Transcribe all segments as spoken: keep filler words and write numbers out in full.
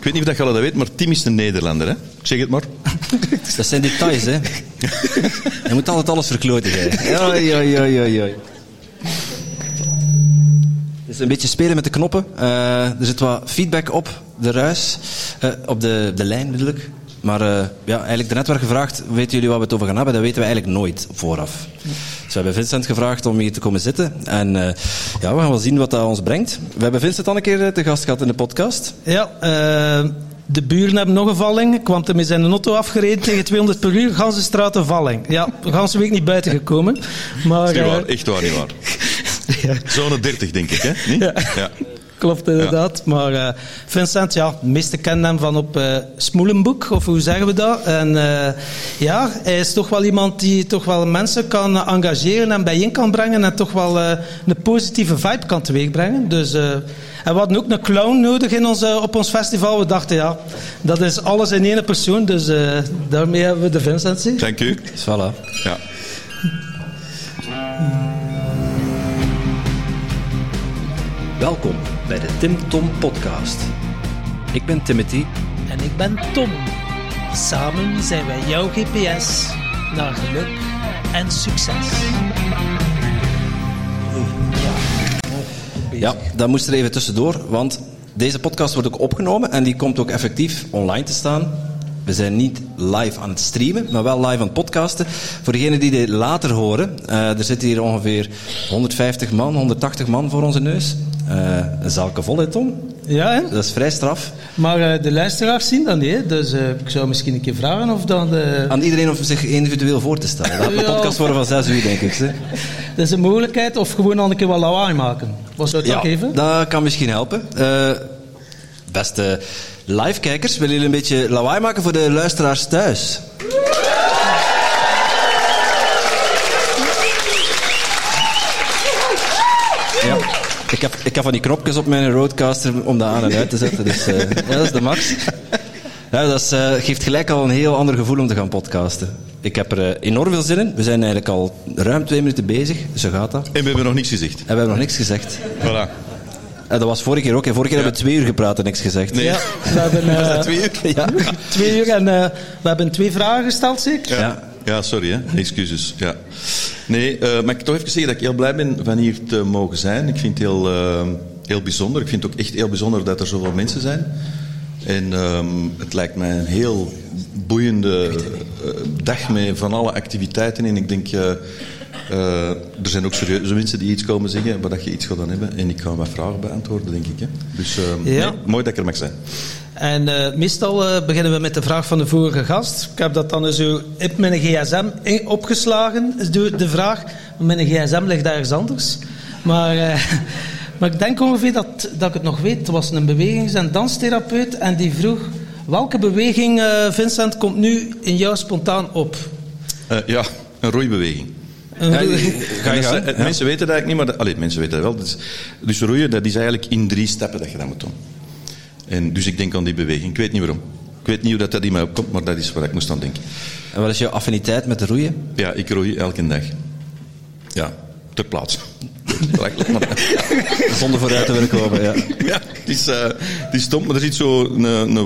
weet niet of je dat weet, maar Tim is een Nederlander, hè? Zeg het maar. Dat zijn details, hè. Je moet altijd alles verkloten, hè. Oi, oi, oi, oi, oi. Dus een beetje spelen met de knoppen. Uh, er zit wat feedback op de ruis. Uh, op de, de lijn, bedoel ik. Maar uh, ja, eigenlijk daarnet werd gevraagd, weten jullie waar we het over gaan hebben? Dat weten we eigenlijk nooit vooraf. Dus we hebben Vincent gevraagd om hier te komen zitten. En uh, ja, we gaan wel zien wat dat ons brengt. We hebben Vincent al een keer te gast gehad in de podcast. Ja, uh, de buren hebben nog een valling. Ik kwam er met zijn auto afgereden tegen tweehonderd per uur. Ganse straat een valling. Ja, de ganse week niet buiten gekomen. Maar, is niet waar, uh, echt waar, niet waar. Ja. Zone dertig, denk ik, hè? Niet? Ja. Ja. Klopt inderdaad. Ja. Maar uh, Vincent, ja, de meesten kennen hem van op uh, Smoelenboek, of hoe zeggen we dat? En uh, ja, hij is toch wel iemand die toch wel mensen kan uh, engageren en bijeen kan brengen en toch wel uh, een positieve vibe kan teweegbrengen. Dus, uh, en we hadden ook een clown nodig in ons, uh, op ons festival. We dachten, ja, dat is alles in één persoon. Dus uh, daarmee hebben we de Vincent zien. Dank u. Dus voilà. Ja. Welkom bij de Tim Tom Podcast. Ik ben Timothy. En ik ben Tom. Samen zijn wij jouw G P S naar geluk en succes. Ja, dat moest er even tussendoor, want deze podcast wordt ook opgenomen en die komt ook effectief online te staan. We zijn niet live aan het streamen, maar wel live aan het podcasten. Voor degenen die dit later horen, uh, er zitten hier ongeveer honderdvijftig man, honderdtachtig man voor onze neus. Uh, een zaalke vol, hè, Tom? Ja, hè? Dat is vrij straf. Maar uh, de luisteraars zien dat niet, hè? Dus uh, ik zou misschien een keer vragen of dan... De... Aan iedereen om zich individueel voor te stellen. Dat gaat een Ja, podcast worden van zes uur, denk ik. Hè? Dat is een mogelijkheid, of gewoon al een keer wat lawaai maken. Wat zou het Ja, ook even? dat kan misschien helpen. Uh, beste live-kijkers, willen jullie een beetje lawaai maken voor de luisteraars thuis? Ja. Ik heb, ik heb van die knopjes op mijn roadcaster om dat aan en uit te zetten. Dus uh, ja, dat is de max. Ja, dat is, uh, geeft gelijk al een heel ander gevoel om te gaan podcasten. Ik heb er uh, enorm veel zin in. We zijn eigenlijk al ruim twee minuten bezig. Zo gaat dat. En we hebben nog niks gezegd. En we hebben nog niks gezegd. Voilà. En dat was vorige keer ook. Hè. Vorige keer Ja. hebben we twee uur gepraat en niks gezegd. Nee. Ja, we hebben... Uh, Was dat twee uur? Ja. twee uur en uh, we hebben twee vragen gesteld, zeker? Ja. Ja. Ja, sorry, hè. Excuses. Ja. Nee, uh, mag ik toch even zeggen dat ik heel blij ben van hier te mogen zijn. Ik vind het heel, uh, heel bijzonder. Ik vind het ook echt heel bijzonder dat er zoveel mensen zijn. En um, het lijkt mij een heel boeiende uh, dag met van alle activiteiten. En ik denk, uh, uh, er zijn ook serieuze mensen die iets komen zeggen, waar dat je iets gaat aan hebben. En ik ga wat vragen beantwoorden, denk ik. Hè. Dus uh, Ja. nee, mooi dat ik er mag zijn. En uh, meestal uh, beginnen we met de vraag van de vorige gast. Ik heb dat dan zo op mijn gsm in- opgeslagen, is de, de vraag. Mijn gsm ligt ergens anders. Maar, uh, maar ik denk ongeveer dat, dat ik het nog weet. Er was een bewegings- en danstherapeut en die vroeg... Welke beweging, uh, Vincent, komt nu in jou spontaan op? Uh, ja, een roeibeweging. Een Ja, beweging. ga je En dat is- gaan? eh, Mensen weten dat eigenlijk niet, maar... Dat, allee, mensen weten dat wel. Dus, dus roeien, dat is eigenlijk in drie stappen dat je dat moet doen. En dus ik denk aan die beweging. Ik weet niet waarom. Ik weet niet hoe dat, dat in mij opkomt, maar dat is waar ik moest aan denken. En wat is jouw affiniteit met de roeien? Ja, ik roei elke dag. Ja, ter plaatse. Belachelijk, maar... Zonder vooruit te willen komen, ja. Ja, het is, uh, het is stom, maar er zit zo een, een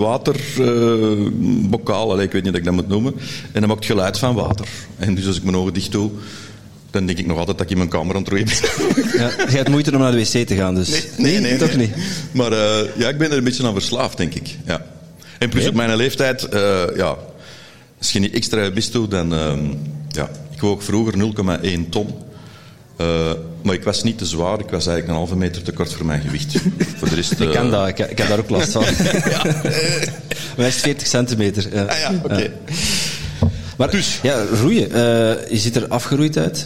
waterbokaal, uh, ik weet niet hoe ik dat moet noemen, en dat maakt geluid van water. En dus als ik mijn ogen dicht doe, dan denk ik nog altijd dat ik in mijn kamer aan het roeien ben. Ja, je hebt moeite om naar de wc te gaan, dus... Nee, nee, nee. Toch nee. niet? Maar uh, ja, ik ben er een beetje aan verslaafd, denk ik. Ja. En plus Nee? op mijn leeftijd, uh, ja, als je niet extra best doet, dan... Uh, ja, ik woog vroeger nul komma één ton. Uh, maar ik was niet te zwaar, ik was eigenlijk een halve meter te kort voor mijn gewicht. Voor de rest, uh... Ik ken dat, ik, ik heb daar ook last van. Ja. Wij is veertig centimeter. Ja. Ah ja, oké. Okay. Ja. Maar Dus. ja, roeien. Uh, je ziet er afgeroeid uit.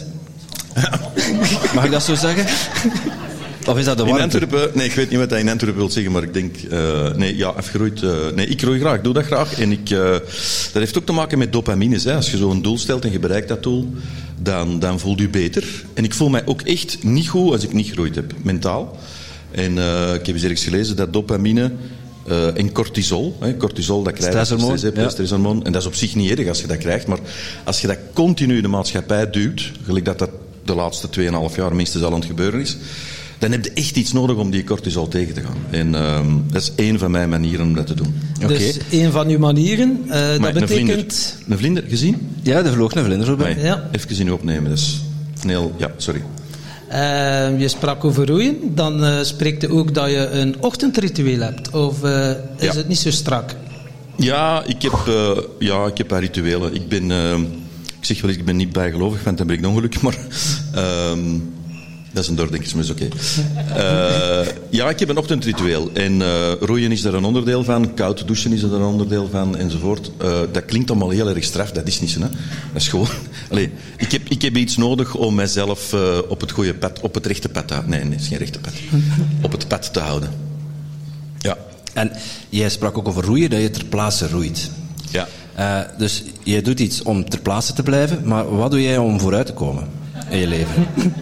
Mag ik dat zo zeggen? Of is dat de In warmte? Antwerpen, nee, ik weet niet wat dat in Antwerpen wil zeggen, maar ik denk, uh, nee, ja, afgeroeid. Uh, nee, ik roei graag, ik doe dat graag. En ik, uh, dat heeft ook te maken met dopamines. Hè. Als je zo'n doel stelt en je bereikt dat doel, dan, dan voelt je beter. En ik voel mij ook echt niet goed als ik niet geroeid heb, mentaal. En uh, ik heb eens ergens gelezen dat dopamine uh, en cortisol, hè, cortisol dat krijg je als je stress hebt, ja. Stresshormoon, en dat is op zich niet erg als je dat krijgt, maar als je dat continu de maatschappij duwt, gelijk dat dat de laatste tweeënhalf jaar minstens al aan het gebeuren is, dan heb je echt iets nodig om die cortisol tegen te gaan. En uh, dat is één van mijn manieren om dat te doen. Dus okay. één van uw manieren, uh, dat een betekent... Vlinder, een vlinder, gezien? Ja, er vloog een vlinder voorbij. Nee, ja. Even gezien opnemen, dat is een heel... Ja, sorry. Uh, je sprak over roeien, dan uh, spreekt je ook dat je een ochtendritueel hebt. Of uh, is ja. het niet zo strak? Ja, ik heb, uh, ja, ik heb rituelen. Ik ben... Uh, ik zeg wel eens, ik ben niet bijgelovig, want dan ben ik een ongeluk, maar... Uh, dat is een doordenkers, maar is oké. Okay. Uh, ja, ik heb een ochtendritueel. En uh, roeien is daar een onderdeel van. Koud douchen is er een onderdeel van, enzovoort. Uh, dat klinkt allemaal heel erg straf. Dat is niet zo, hè. Dat is gewoon... Allee, ik, heb, ik heb iets nodig om mijzelf uh, op het goede pad, op het rechte pad te houden. Nee, nee, het is geen rechte pad. Op het pad te houden. Ja. En jij sprak ook over roeien, dat je ter plaatse roeit. Ja. Uh, dus jij doet iets om ter plaatse te blijven, maar wat doe jij om vooruit te komen in je leven?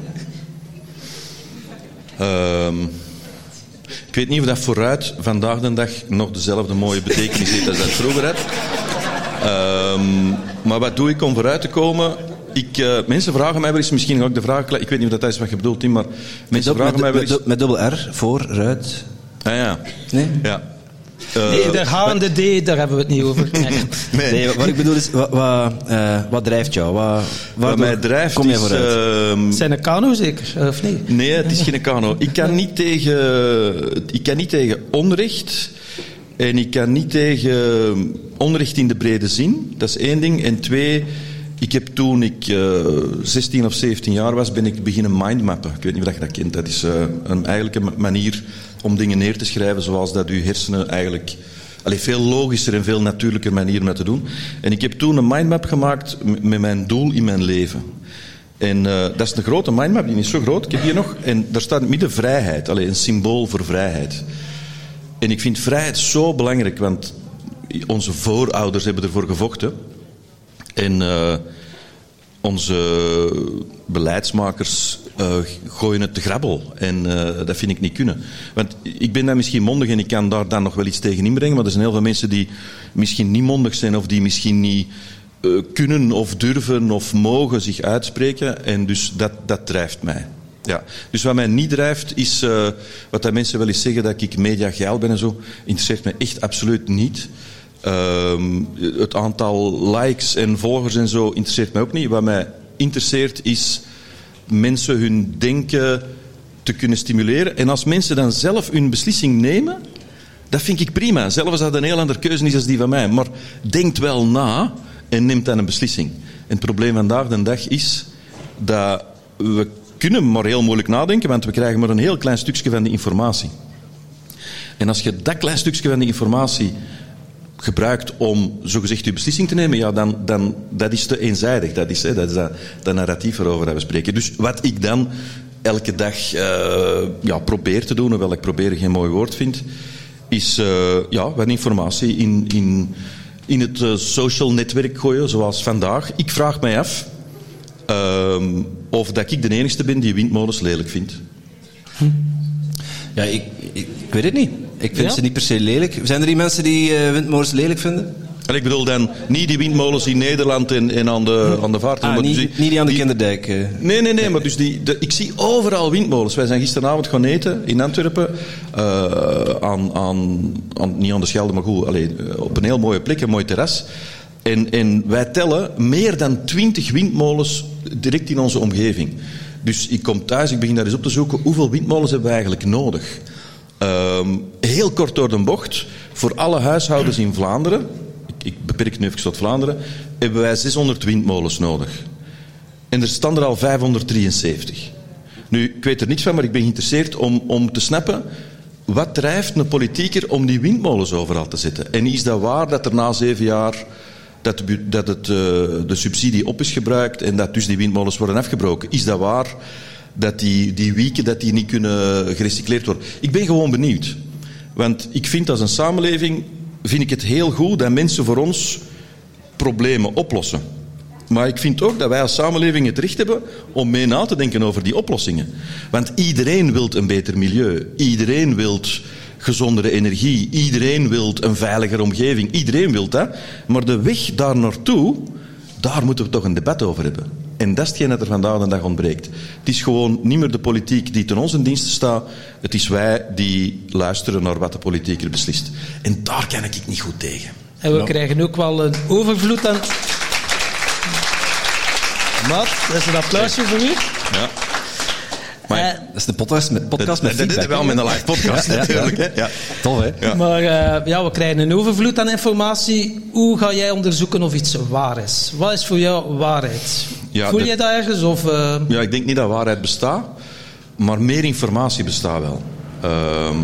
Um, ik weet niet of dat vooruit vandaag de dag nog dezelfde mooie betekenis heeft als dat vroeger had. Um, maar wat doe ik om vooruit te komen? Ik, uh, mensen vragen mij wel eens, misschien ook de vraag... Ik weet niet of dat is wat je bedoelt, Tim, maar mensen met, vragen met, mij wel eens... Met, met dubbel R, vooruit... Ah ja. Nee? Ja. Uh, nee, de gaande D, daar hebben we het niet over. Nee. nee. nee wat ik bedoel is, wat, wat, uh, wat drijft jou? Wat, wat mij drijft kom je is... vooruit? Uh, Zijn een kano zeker, of niet? Nee, het is geen kano. Ik kan niet tegen, ik kan niet tegen onrecht en ik kan niet tegen onrecht in de brede zin. Dat is één ding. En twee, ik heb toen ik uh, zestien of zeventien jaar was, ben ik beginnen mindmappen. Ik weet niet of je dat kent. Dat is uh, een, eigenlijk een manier om dingen neer te schrijven zoals dat uw hersenen eigenlijk... Allee, veel logischer en veel natuurlijker manier om dat te doen. En ik heb toen een mindmap gemaakt met mijn doel in mijn leven. En uh, dat is een grote mindmap, die is zo groot. Ik heb hier nog, en daar staat in het midden vrijheid. Allee, een symbool voor vrijheid. En ik vind vrijheid zo belangrijk, want onze voorouders hebben ervoor gevochten. En uh, onze beleidsmakers uh, gooien het te grabbel. En uh, dat vind ik niet kunnen. Want ik ben daar misschien mondig en ik kan daar dan nog wel iets tegen inbrengen. Maar er zijn heel veel mensen die misschien niet mondig zijn of die misschien niet uh, kunnen of durven of mogen zich uitspreken. En dus dat, dat drijft mij. Ja. Dus wat mij niet drijft is, uh, wat dat mensen wel eens zeggen, dat ik mediageil ben en zo, interesseert mij echt absoluut niet. Uh, het aantal likes en volgers en zo interesseert mij ook niet. Wat mij interesseert is mensen hun denken te kunnen stimuleren. En als mensen dan zelf hun beslissing nemen, dat vind ik prima. Zelfs als dat een heel andere keuze is dan die van mij. Maar denkt wel na en neemt dan een beslissing. En het probleem vandaag de dag is dat we kunnen maar heel moeilijk nadenken, want we krijgen maar een heel klein stukje van die informatie. En als je dat klein stukje van die informatie gebruikt om zogezegd je beslissing te nemen, ja, dan, dan dat is te eenzijdig. Dat is, hè, dat, is dat, dat narratief waarover we spreken. Dus wat ik dan elke dag uh, ja, probeer te doen, hoewel ik proberen geen mooi woord vind, is uh, ja, wat informatie in, in, in het uh, social netwerk gooien, zoals vandaag. Ik vraag mij af uh, of dat ik de enigste ben die windmolens lelijk vindt. Ja, ik, ik, ik weet het niet. Ik vind ja? ze niet per se lelijk. Zijn er die mensen die uh, windmolens lelijk vinden? En ik bedoel dan niet die windmolens in Nederland en, en aan de, aan de vaart. Ah, maar niet, dus die, niet die aan de die, Kinderdijk. Uh. Nee, nee, nee. Maar dus die, de, ik zie overal windmolens. Wij zijn gisteravond gaan eten in Antwerpen. Uh, aan, aan, aan, niet aan de Schelde, maar goed. Allee, op een heel mooie plek, een mooi terras. En, en wij tellen meer dan twintig windmolens direct in onze omgeving. Dus ik kom thuis, ik begin daar eens op te zoeken. Hoeveel windmolens hebben we eigenlijk nodig? Um, heel kort door de bocht. Voor alle huishoudens in Vlaanderen, ik, ik beperk het nu even tot Vlaanderen, hebben wij zeshonderd windmolens nodig. En er staan er al vijfhonderddrieënzeventig. Nu, ik weet er niets van, maar ik ben geïnteresseerd om, om te snappen, wat drijft een politieker om die windmolens overal te zetten? En is dat waar dat er na zeven jaar dat, de, dat het, uh, de subsidie op is gebruikt en dat dus die windmolens worden afgebroken? Is dat waar dat die, die wieken dat die niet kunnen gerecycleerd worden? Ik ben gewoon benieuwd. Want ik vind als een samenleving vind ik het heel goed dat mensen voor ons problemen oplossen. Maar ik vind ook dat wij als samenleving het recht hebben om mee na te denken over die oplossingen. Want iedereen wil een beter milieu. Iedereen wil gezondere energie. Iedereen wil een veiligere omgeving. Iedereen wil dat. Maar de weg daar naartoe, daar moeten we toch een debat over hebben. En dat is hetgeen dat er vandaag de dag ontbreekt. Het is gewoon niet meer de politiek die ten onze dienste staat. Het is wij die luisteren naar wat de politiek er beslist. En daar kan ik niet goed tegen. En we Ja. krijgen ook wel een overvloed aan... Wat? Dat is een applausje voor u. Ja. Maar Eh, Dat is de podcast met, podcast met dit is feedback. wel met een live podcast Ja, ja, natuurlijk. ja. Hè? Ja. Tof, hè? Ja. Maar uh, ja, we krijgen een overvloed aan informatie. Hoe ga jij onderzoeken of iets waar is? Wat is voor jou waarheid? Ja, Voel dat- je dat ergens? Of, uh... Ja, ik denk niet dat waarheid bestaat, maar meer informatie bestaat wel. Ehm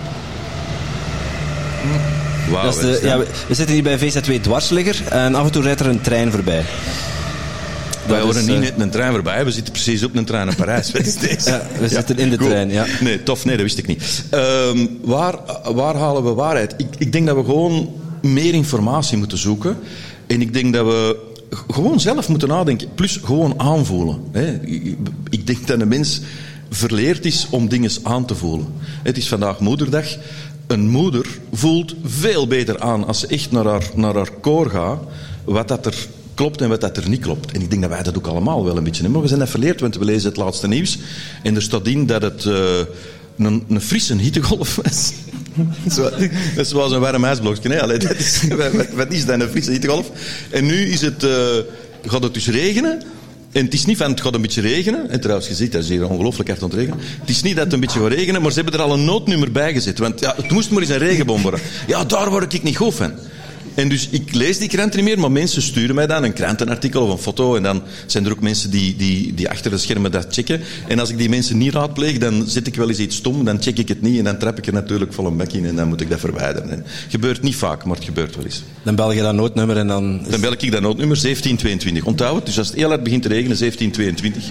Wauw, Dat is wat is de, dat? ja, we, we zitten hier bij V Z twee Dwarsligger en af en toe rijdt er een trein voorbij. Wij Dat horen is, niet eh, net een trein voorbij, we zitten precies op een trein in Parijs. Wat is deze? Ja, we zitten in de Goed. trein, ja. Nee, tof, nee, dat wist ik niet. Ehm, waar, waar halen we waarheid? Ik, ik denk dat we gewoon meer informatie moeten zoeken. En ik denk dat we g- gewoon zelf moeten nadenken. Plus gewoon aanvoelen. Hè. Ik, ik denk dat een mens verleerd is om dingen aan te voelen. Het is vandaag moederdag. Een moeder voelt veel beter aan als ze echt naar haar, naar haar koor gaat, wat dat er klopt en wat dat er niet klopt. En ik denk dat wij dat ook allemaal wel een beetje hebben. Maar we zijn dat verleerd, want we lezen het laatste nieuws. En er staat in dat het uh, een, een frisse hittegolf was. Zo, dat is zoals een warm ijsblokje. Hè? Allee, dat is, wat, wat is dat, een frisse hittegolf? En nu is het, uh, gaat het dus regenen. En het is niet van, het gaat een beetje regenen. En trouwens, je ziet, dat is hier ongelooflijk hard aan het regenen. Het is niet dat het een beetje gaat regenen, maar ze hebben er al een noodnummer bij gezet. Want ja, het moest maar eens een regenbom worden. Ja, daar word ik niet goed van. En dus ik lees die krant niet meer, maar mensen sturen mij dan een krantenartikel of een foto. En dan zijn er ook mensen die, die, die achter de schermen dat checken. En als ik die mensen niet raadpleeg, dan zet ik wel eens iets stom, dan check ik het niet. En dan trap ik er natuurlijk vol een bek in en dan moet ik dat verwijderen. En het gebeurt niet vaak, maar het gebeurt wel eens. Dan bel je dat noodnummer en dan... is- Dan bel ik dat noodnummer zeventien tweeëntwintig. Onthoud het, dus als het heel hard begint te regenen, zeventien tweeëntwintig.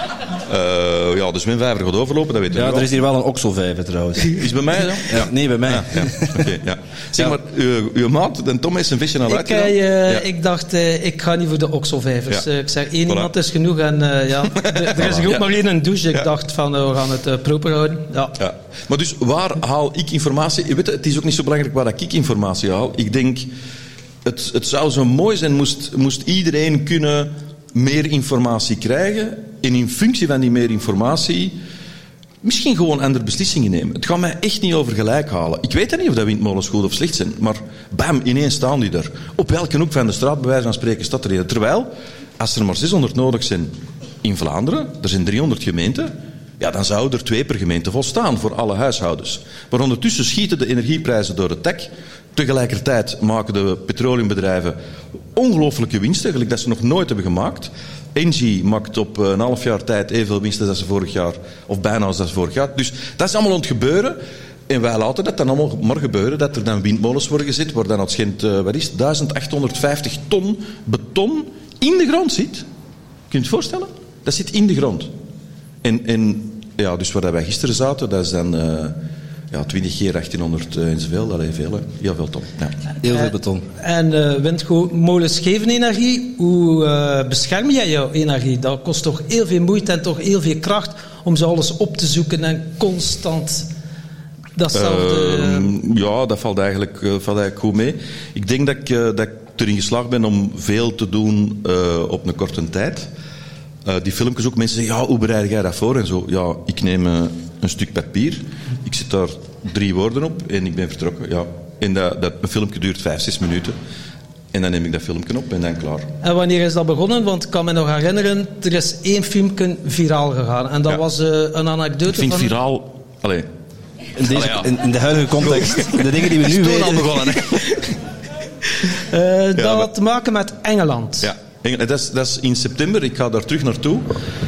Uh, ja, dus mijn vijver gaat overlopen, dat weten we Ja, wel. er is hier wel een oxelvijver trouwens. Is het bij mij dan? Ja, nee, bij mij. Ja, ja. Oké, ja. Zeg Ja. maar, uw, uw maat, de Tom, is een visje al Ik, uitgedaan? uh, Ja. ik dacht, uh, ik ga niet voor de okselvijvers. Ja. Uh, ik zeg, één Voilà. iemand is genoeg. En uh, ja, er, er is Voilà. ook Ja. maar één een douche. Ik Ja. dacht van, uh, we gaan het uh, proper houden. Ja. Ja. Maar dus, waar haal ik informatie? Je weet, het is ook niet zo belangrijk waar ik informatie haal. Ik denk, het, het zou zo mooi zijn, moest, moest iedereen kunnen meer informatie krijgen. En in functie van die meer informatie misschien gewoon andere beslissingen nemen. Het gaat mij echt niet over gelijk halen. Ik weet niet of dat windmolens goed of slecht zijn, maar bam, ineens staan die er. Op welke hoek van de straat, bij wijze van spreken, staat er een. Terwijl, als er maar zeshonderd nodig zijn in Vlaanderen, er zijn driehonderd gemeenten, ja, dan zouden er twee per gemeente volstaan voor alle huishoudens. Maar ondertussen schieten de energieprijzen door het dak. Tegelijkertijd maken de petroleumbedrijven ongelooflijke winsten, gelijk dat ze nog nooit hebben gemaakt. Engie maakt op een half jaar tijd evenveel winsten als ze vorig jaar, of bijna als dat ze vorig jaar. Dus dat is allemaal aan het gebeuren. En wij laten dat dan allemaal maar gebeuren, dat er dan windmolens worden gezet, waar dan als Gent, uh, wat is het, duizend achthonderdvijftig ton beton in de grond zit. Kun je het voorstellen? Dat zit in de grond. En, en ja, dus waar wij gisteren zaten, dat is dan uh, ja, twintig keer achttienhonderd uh, en zoveel. Dat is veel, hè. Heel veel ton. Ja. Heel veel Eh, beton. En uh, windmolens geven energie. Hoe uh, bescherm jij jouw energie? Dat kost toch heel veel moeite en toch heel veel kracht om ze alles op te zoeken en constant datzelfde... Uh, ja, dat valt eigenlijk, uh, valt eigenlijk goed mee. Ik denk dat ik, uh, dat ik erin geslaagd ben om veel te doen uh, op een korte tijd. Uh, die filmpjes ook, mensen zeggen, ja, hoe bereid jij dat voor? En zo, ja, ik neem uh, een stuk papier, ik zet daar drie woorden op en ik ben vertrokken. Ja. En dat, dat, een filmpje duurt vijf, zes minuten. En dan neem ik dat filmpje op en dan klaar. En wanneer is dat begonnen? Want ik kan me nog herinneren, er is één filmpje viraal gegaan. En dat Ja. was uh, een anekdote Ik vind van... viraal... Allee, In, deze, Allee, ja. in, in de huidige context, de dingen die we nu toen al weten... begonnen, hè. Uh, dat maar- had te maken met Engeland. Ja, en dat is, dat is in september. Ik ga daar terug naartoe.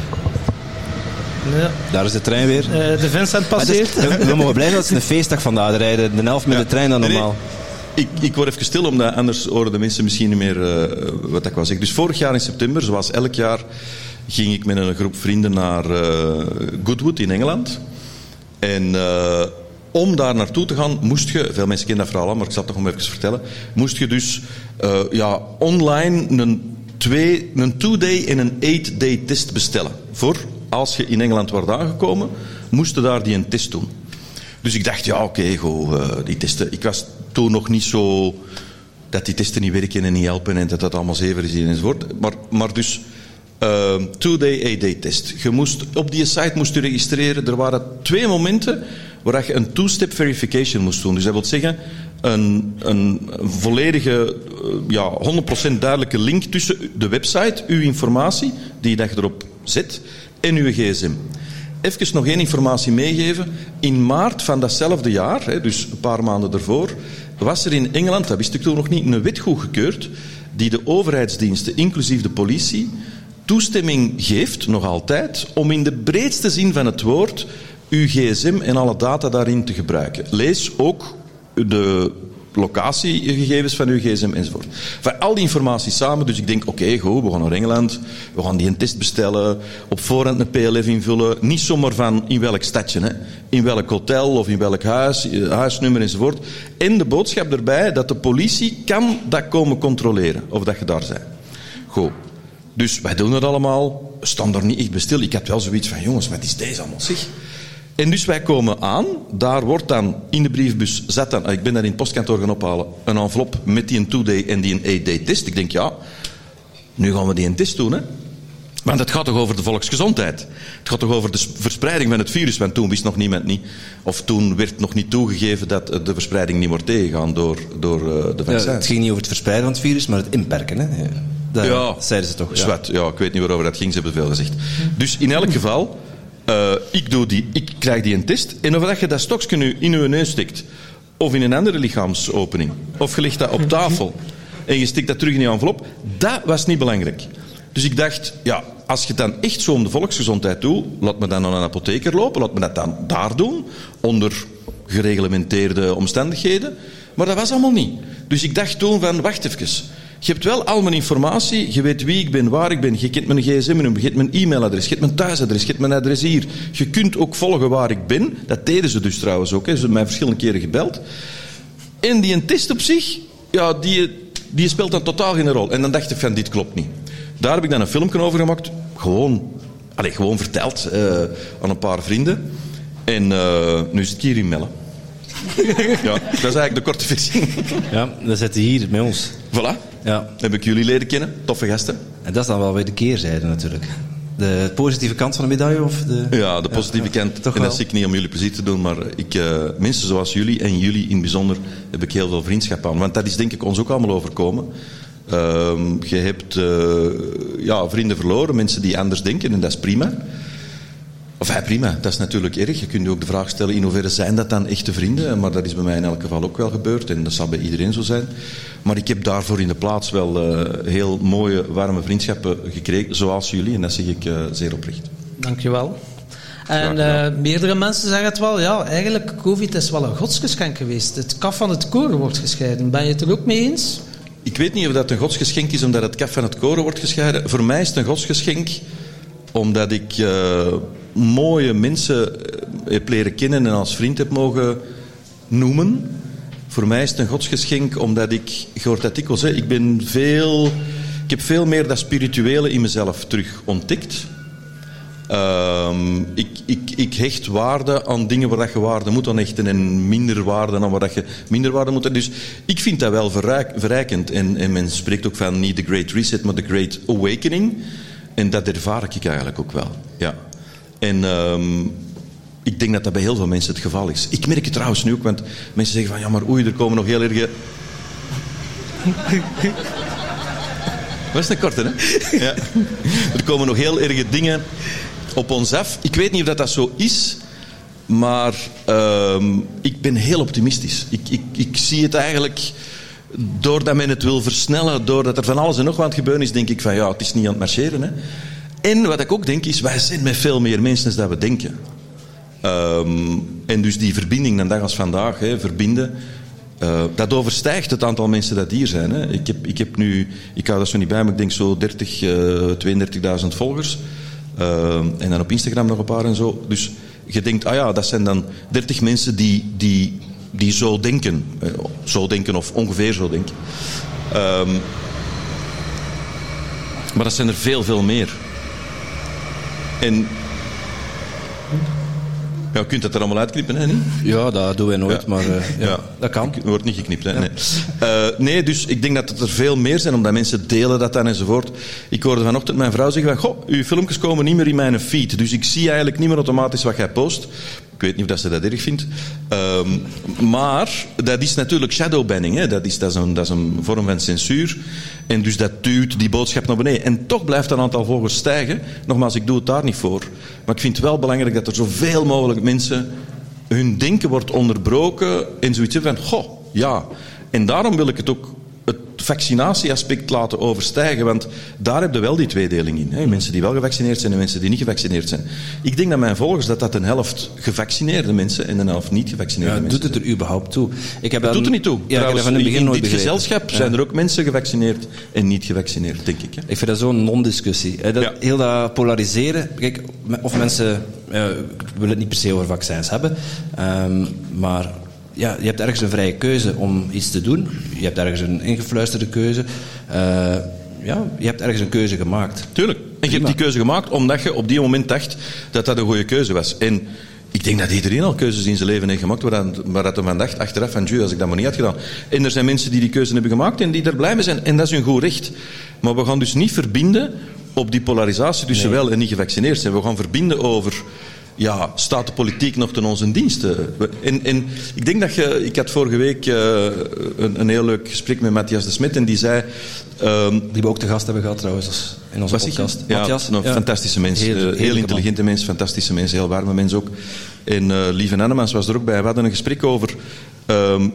Ja. Daar is de trein weer. Uh, de Vincent Maar het is- passeert. we, we mogen blij zijn dat het een feestdag vandaag. Er rijden de helft met Ja. de trein dan Nee, nee. normaal. Ik, ik word even stil, omdat anders horen de mensen misschien niet meer uh, wat ik wou zeggen. Dus vorig jaar in september, zoals elk jaar, ging ik met een groep vrienden naar uh, Goodwood in Engeland. En uh, om daar naartoe te gaan, moest je, veel mensen kennen dat verhaal al, maar ik zal het toch om even vertellen, moest je dus uh, ja, online een twee, een two-day en een eight-day test bestellen. Voor, als je in Engeland wordt aangekomen, moest je daar die een test doen. Dus ik dacht, ja, oké, okay, uh, die testen. Ik was toen nog niet zo dat die testen niet werken en niet helpen en dat dat allemaal zever is enzovoort. Maar, maar dus, Uh, two-day, eight-day test. Je moest, op die site moest je registreren. Er waren twee momenten waar je een two-step verification moest doen. Dus dat wil zeggen, een, een volledige, ja, honderd procent duidelijke link tussen de website, uw informatie, die je erop zet, en uw gsm. Even nog één informatie meegeven. In maart van datzelfde jaar, dus een paar maanden ervoor, was er in Engeland, dat wist ik toen nog niet, een wet goedgekeurd die de overheidsdiensten, inclusief de politie, toestemming geeft, nog altijd, om in de breedste zin van het woord uw gsm en alle data daarin te gebruiken. Lees ook de locatiegegevens van uw gsm enzovoort. Van al die informatie samen, dus ik denk, oké, okay, goed, we gaan naar Engeland, we gaan die een test bestellen, op voorhand een P L F invullen, niet zomaar van in welk stadje, hè, in welk hotel of in welk huis, huisnummer enzovoort. En de boodschap erbij dat de politie kan dat komen controleren, of dat je daar bent. Goed. Dus wij doen het allemaal, staan er niet echt bij stil. Ik had wel zoiets van, jongens, wat is deze allemaal, zeg? En dus wij komen aan, daar wordt dan in de briefbus, zat dan, ik ben daar in het postkantoor gaan ophalen, een envelop met die een two-day en die een eight-day test. Ik denk, ja, nu gaan we die een test doen, hè. Want het gaat toch over de volksgezondheid. Het gaat toch over de verspreiding van het virus, want toen wist nog niemand niet, of toen werd nog niet toegegeven dat de verspreiding niet wordt tegengegaan door, door de vaccins. Ja, het ging niet over het verspreiden van het virus, maar het inperken, hè. Ja. Dat ja, zeiden ze toch. Ja. Zwart, ja, ik weet niet waarover dat ging, ze hebben veel gezegd. Dus in elk geval, uh, ik, doe die, ik krijg die een test, en of dat je dat stokje nu in je neus stikt, of in een andere lichaamsopening, of je legt dat op tafel, en je stikt dat terug in je envelop, dat was niet belangrijk. Dus ik dacht, ja, als je het dan echt zo om de volksgezondheid doet, laat me dan naar een apotheker lopen, laat me dat dan daar doen, onder gereglementeerde omstandigheden. Maar dat was allemaal niet. Dus ik dacht toen van, wacht even. Je hebt wel al mijn informatie, je weet wie ik ben, waar ik ben, je kent mijn gsm-nummer, je hebt mijn e-mailadres, je hebt mijn thuisadres, je hebt mijn adres hier. Je kunt ook volgen waar ik ben. Dat deden ze dus trouwens ook, hè. Ze hebben mij verschillende keren gebeld. En die een test op zich, ja, die, die speelt dan totaal geen rol. En dan dacht ik van, dit klopt niet. Daar heb ik dan een filmpje over gemaakt, gewoon, allez, gewoon verteld uh, aan een paar vrienden. En uh, nu zit ik hier in Melle. Ja, dat is eigenlijk de korte versie. Ja, dan zit hij hier met ons. Voilà. Ja. Heb ik jullie leren kennen. Toffe gasten. En dat is dan wel weer de keerzijde natuurlijk. De positieve kant van de medaille? Of de... Ja, de positieve ja, kant. Toch en dat wel. zie ik niet om jullie plezier te doen, maar ik, uh, mensen zoals jullie en jullie in het bijzonder heb ik heel veel vriendschap aan. Want dat is denk ik ons ook allemaal overkomen. Uh, je hebt uh, ja, vrienden verloren, mensen die anders denken en dat is prima. Of ja, prima, dat is natuurlijk erg. Je kunt je ook de vraag stellen, in hoeverre zijn dat dan echte vrienden? Maar dat is bij mij in elk geval ook wel gebeurd en dat zal bij iedereen zo zijn. Maar ik heb daarvoor in de plaats wel uh, heel mooie, warme vriendschappen gekregen, zoals jullie. En dat zeg ik uh, zeer oprecht. Dankjewel. En uh, meerdere mensen zeggen het wel, ja, eigenlijk COVID is wel een godsgeschenk geweest. Het kaf van het koren wordt gescheiden. Ben je het er ook mee eens? Ik weet niet of dat een godsgeschenk is omdat het kaf van het koren wordt gescheiden. Voor mij is het een godsgeschenk omdat ik uh, mooie mensen heb leren kennen en als vriend heb mogen noemen. Voor mij is het een godsgeschenk omdat ik, je hoort dat dikwijls, hè, ik ben veel, ik heb veel meer dat spirituele in mezelf terug ontdekt. Um, ik, ik, ik hecht waarde aan dingen waar je waarde moet aan hechten en minder waarde aan waar je minder waarde moet hechten. Dus ik vind dat wel verrijk, verrijkend. En, en men spreekt ook van niet de Great Reset, maar de Great Awakening. En dat ervaar ik eigenlijk ook wel. Ja. En um, ik denk dat dat bij heel veel mensen het geval is. Ik merk het trouwens nu ook, want mensen zeggen van ja, maar oei, er komen nog heel erg... Dat is een korte, hè? Ja. Er komen nog heel erge dingen op ons af. Ik weet niet of dat, dat zo is, maar uh, ik ben heel optimistisch. Ik, ik, ik zie het eigenlijk, doordat men het wil versnellen, doordat er van alles en nog wat aan het gebeuren is, denk ik van ja, het is niet aan het marcheren. Hè. En wat ik ook denk is, wij zijn met veel meer mensen dan we denken. Um, en dus die verbinding, een dag als vandaag, hè, verbinden... Uh, dat overstijgt het aantal mensen dat hier zijn. Hè. Ik, heb, ik heb nu, ik hou dat zo niet bij, maar ik denk zo dertig, uh, tweeëndertigduizend volgers. Uh, en dan op Instagram nog een paar en zo. Dus je denkt, ah ja, dat zijn dan dertig mensen die, die, die zo denken. Uh, zo denken of ongeveer zo denken. Um, maar dat zijn er veel, veel meer. En... Ja, je kunt dat er allemaal uitknippen, hè? Niet? Ja, dat doen wij nooit, Ja. maar uh, ja, Ja. dat kan. Er wordt niet geknipt, hè? Nee. Uh, nee, dus ik denk dat het er veel meer zijn, omdat mensen delen dat dan enzovoort. Ik hoorde vanochtend mijn vrouw zeggen van, goh, uw filmpjes komen niet meer in mijn feed, dus ik zie eigenlijk niet meer automatisch wat jij post. Ik weet niet of dat ze dat erg vindt. Um, maar dat is natuurlijk shadowbanning. Hè. Dat, is, dat, is een, dat is een vorm van censuur. En dus dat duwt die boodschap naar beneden. En toch blijft dat aantal volgers stijgen. Nogmaals, ik doe het daar niet voor. Maar ik vind het wel belangrijk dat er zoveel mogelijk mensen hun denken wordt onderbroken en zoiets hebben van, goh, ja. En daarom wil ik het ook het vaccinatieaspect laten overstijgen, want daar heb je wel die tweedeling in. Hè? Mensen die wel gevaccineerd zijn en mensen die niet gevaccineerd zijn. Ik denk dat mijn volgers dat dat een helft gevaccineerde mensen en een helft niet gevaccineerde Ja, mensen doet het er überhaupt toe? Ik heb dat doet er niet toe. Ja, Trouwens, ik heb dat van in het begin in nooit dit begrepen. gezelschap Ja. zijn er ook mensen gevaccineerd en niet gevaccineerd, denk ik. Hè? Ik vind dat zo'n non-discussie. Hè. Dat, Ja. Heel dat polariseren. Kijk, of mensen... Uh, ik wil het niet per se over vaccins hebben. Um, maar ja, je hebt ergens een vrije keuze om iets te doen. Je hebt ergens een ingefluisterde keuze. Uh, ja, je hebt ergens een keuze gemaakt. Tuurlijk. En je hebt die keuze gemaakt omdat je op die moment dacht dat dat een goede keuze was. En ik denk dat iedereen al keuzes in zijn leven heeft gemaakt waar, dat, waar dat hij van dacht achteraf van, tjoe, als ik dat maar niet had gedaan. En er zijn mensen die die keuze hebben gemaakt en die er blij mee zijn. En dat is hun goed recht. Maar we gaan dus niet verbinden op die polarisatie tussen nee. wel en niet gevaccineerd zijn. We gaan verbinden over... Ja, staat de politiek nog ten onze diensten? En, en ik denk dat je... Ik had vorige week uh, een, een heel leuk gesprek met Matthias de Smet en die zei... Um, die we ook te gast hebben gehad trouwens in onze podcast. Ja, Matthias? een ja. fantastische mens. Heel, heel, heel intelligente mens, fantastische mens, heel warme mens ook. En uh, Lieve Annemans was er ook bij. We hadden een gesprek over... Um,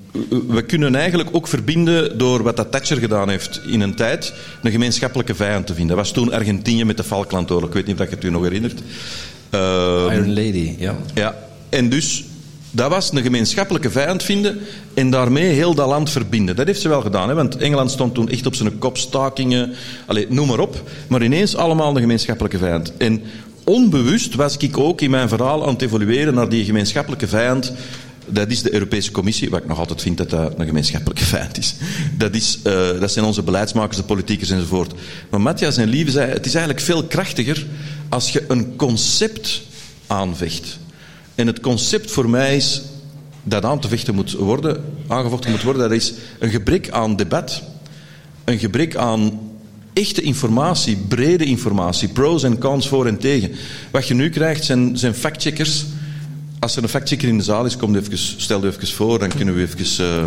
we kunnen eigenlijk ook verbinden door wat dat Thatcher gedaan heeft in een tijd, een gemeenschappelijke vijand te vinden. Dat was toen Argentinië met de Falklandoorlog. Ik weet niet of je het u nog herinnert. Uh, Iron Lady, ja. Ja, en dus, dat was een gemeenschappelijke vijand vinden en daarmee heel dat land verbinden. Dat heeft ze wel gedaan, hè, want Engeland stond toen echt op zijn kop, stakingen, allez, noem maar op. Maar ineens allemaal een gemeenschappelijke vijand. En onbewust was ik ook in mijn verhaal aan het evolueren naar die gemeenschappelijke vijand. Dat is de Europese Commissie, wat ik nog altijd vind dat dat een gemeenschappelijke vijand is. Dat, is uh, dat zijn onze beleidsmakers, de politiekers enzovoort. Maar Matthias en Lieve zei, het is eigenlijk veel krachtiger als je een concept aanvecht. En het concept voor mij is dat aan te vechten moet worden, aangevochten moet worden, dat is een gebrek aan debat, een gebrek aan echte informatie, brede informatie, pros en cons, voor en tegen. Wat je nu krijgt zijn, zijn factcheckers. Als er een factchecker in de zaal is, kom even, stel je even voor, dan kunnen we even... Uh...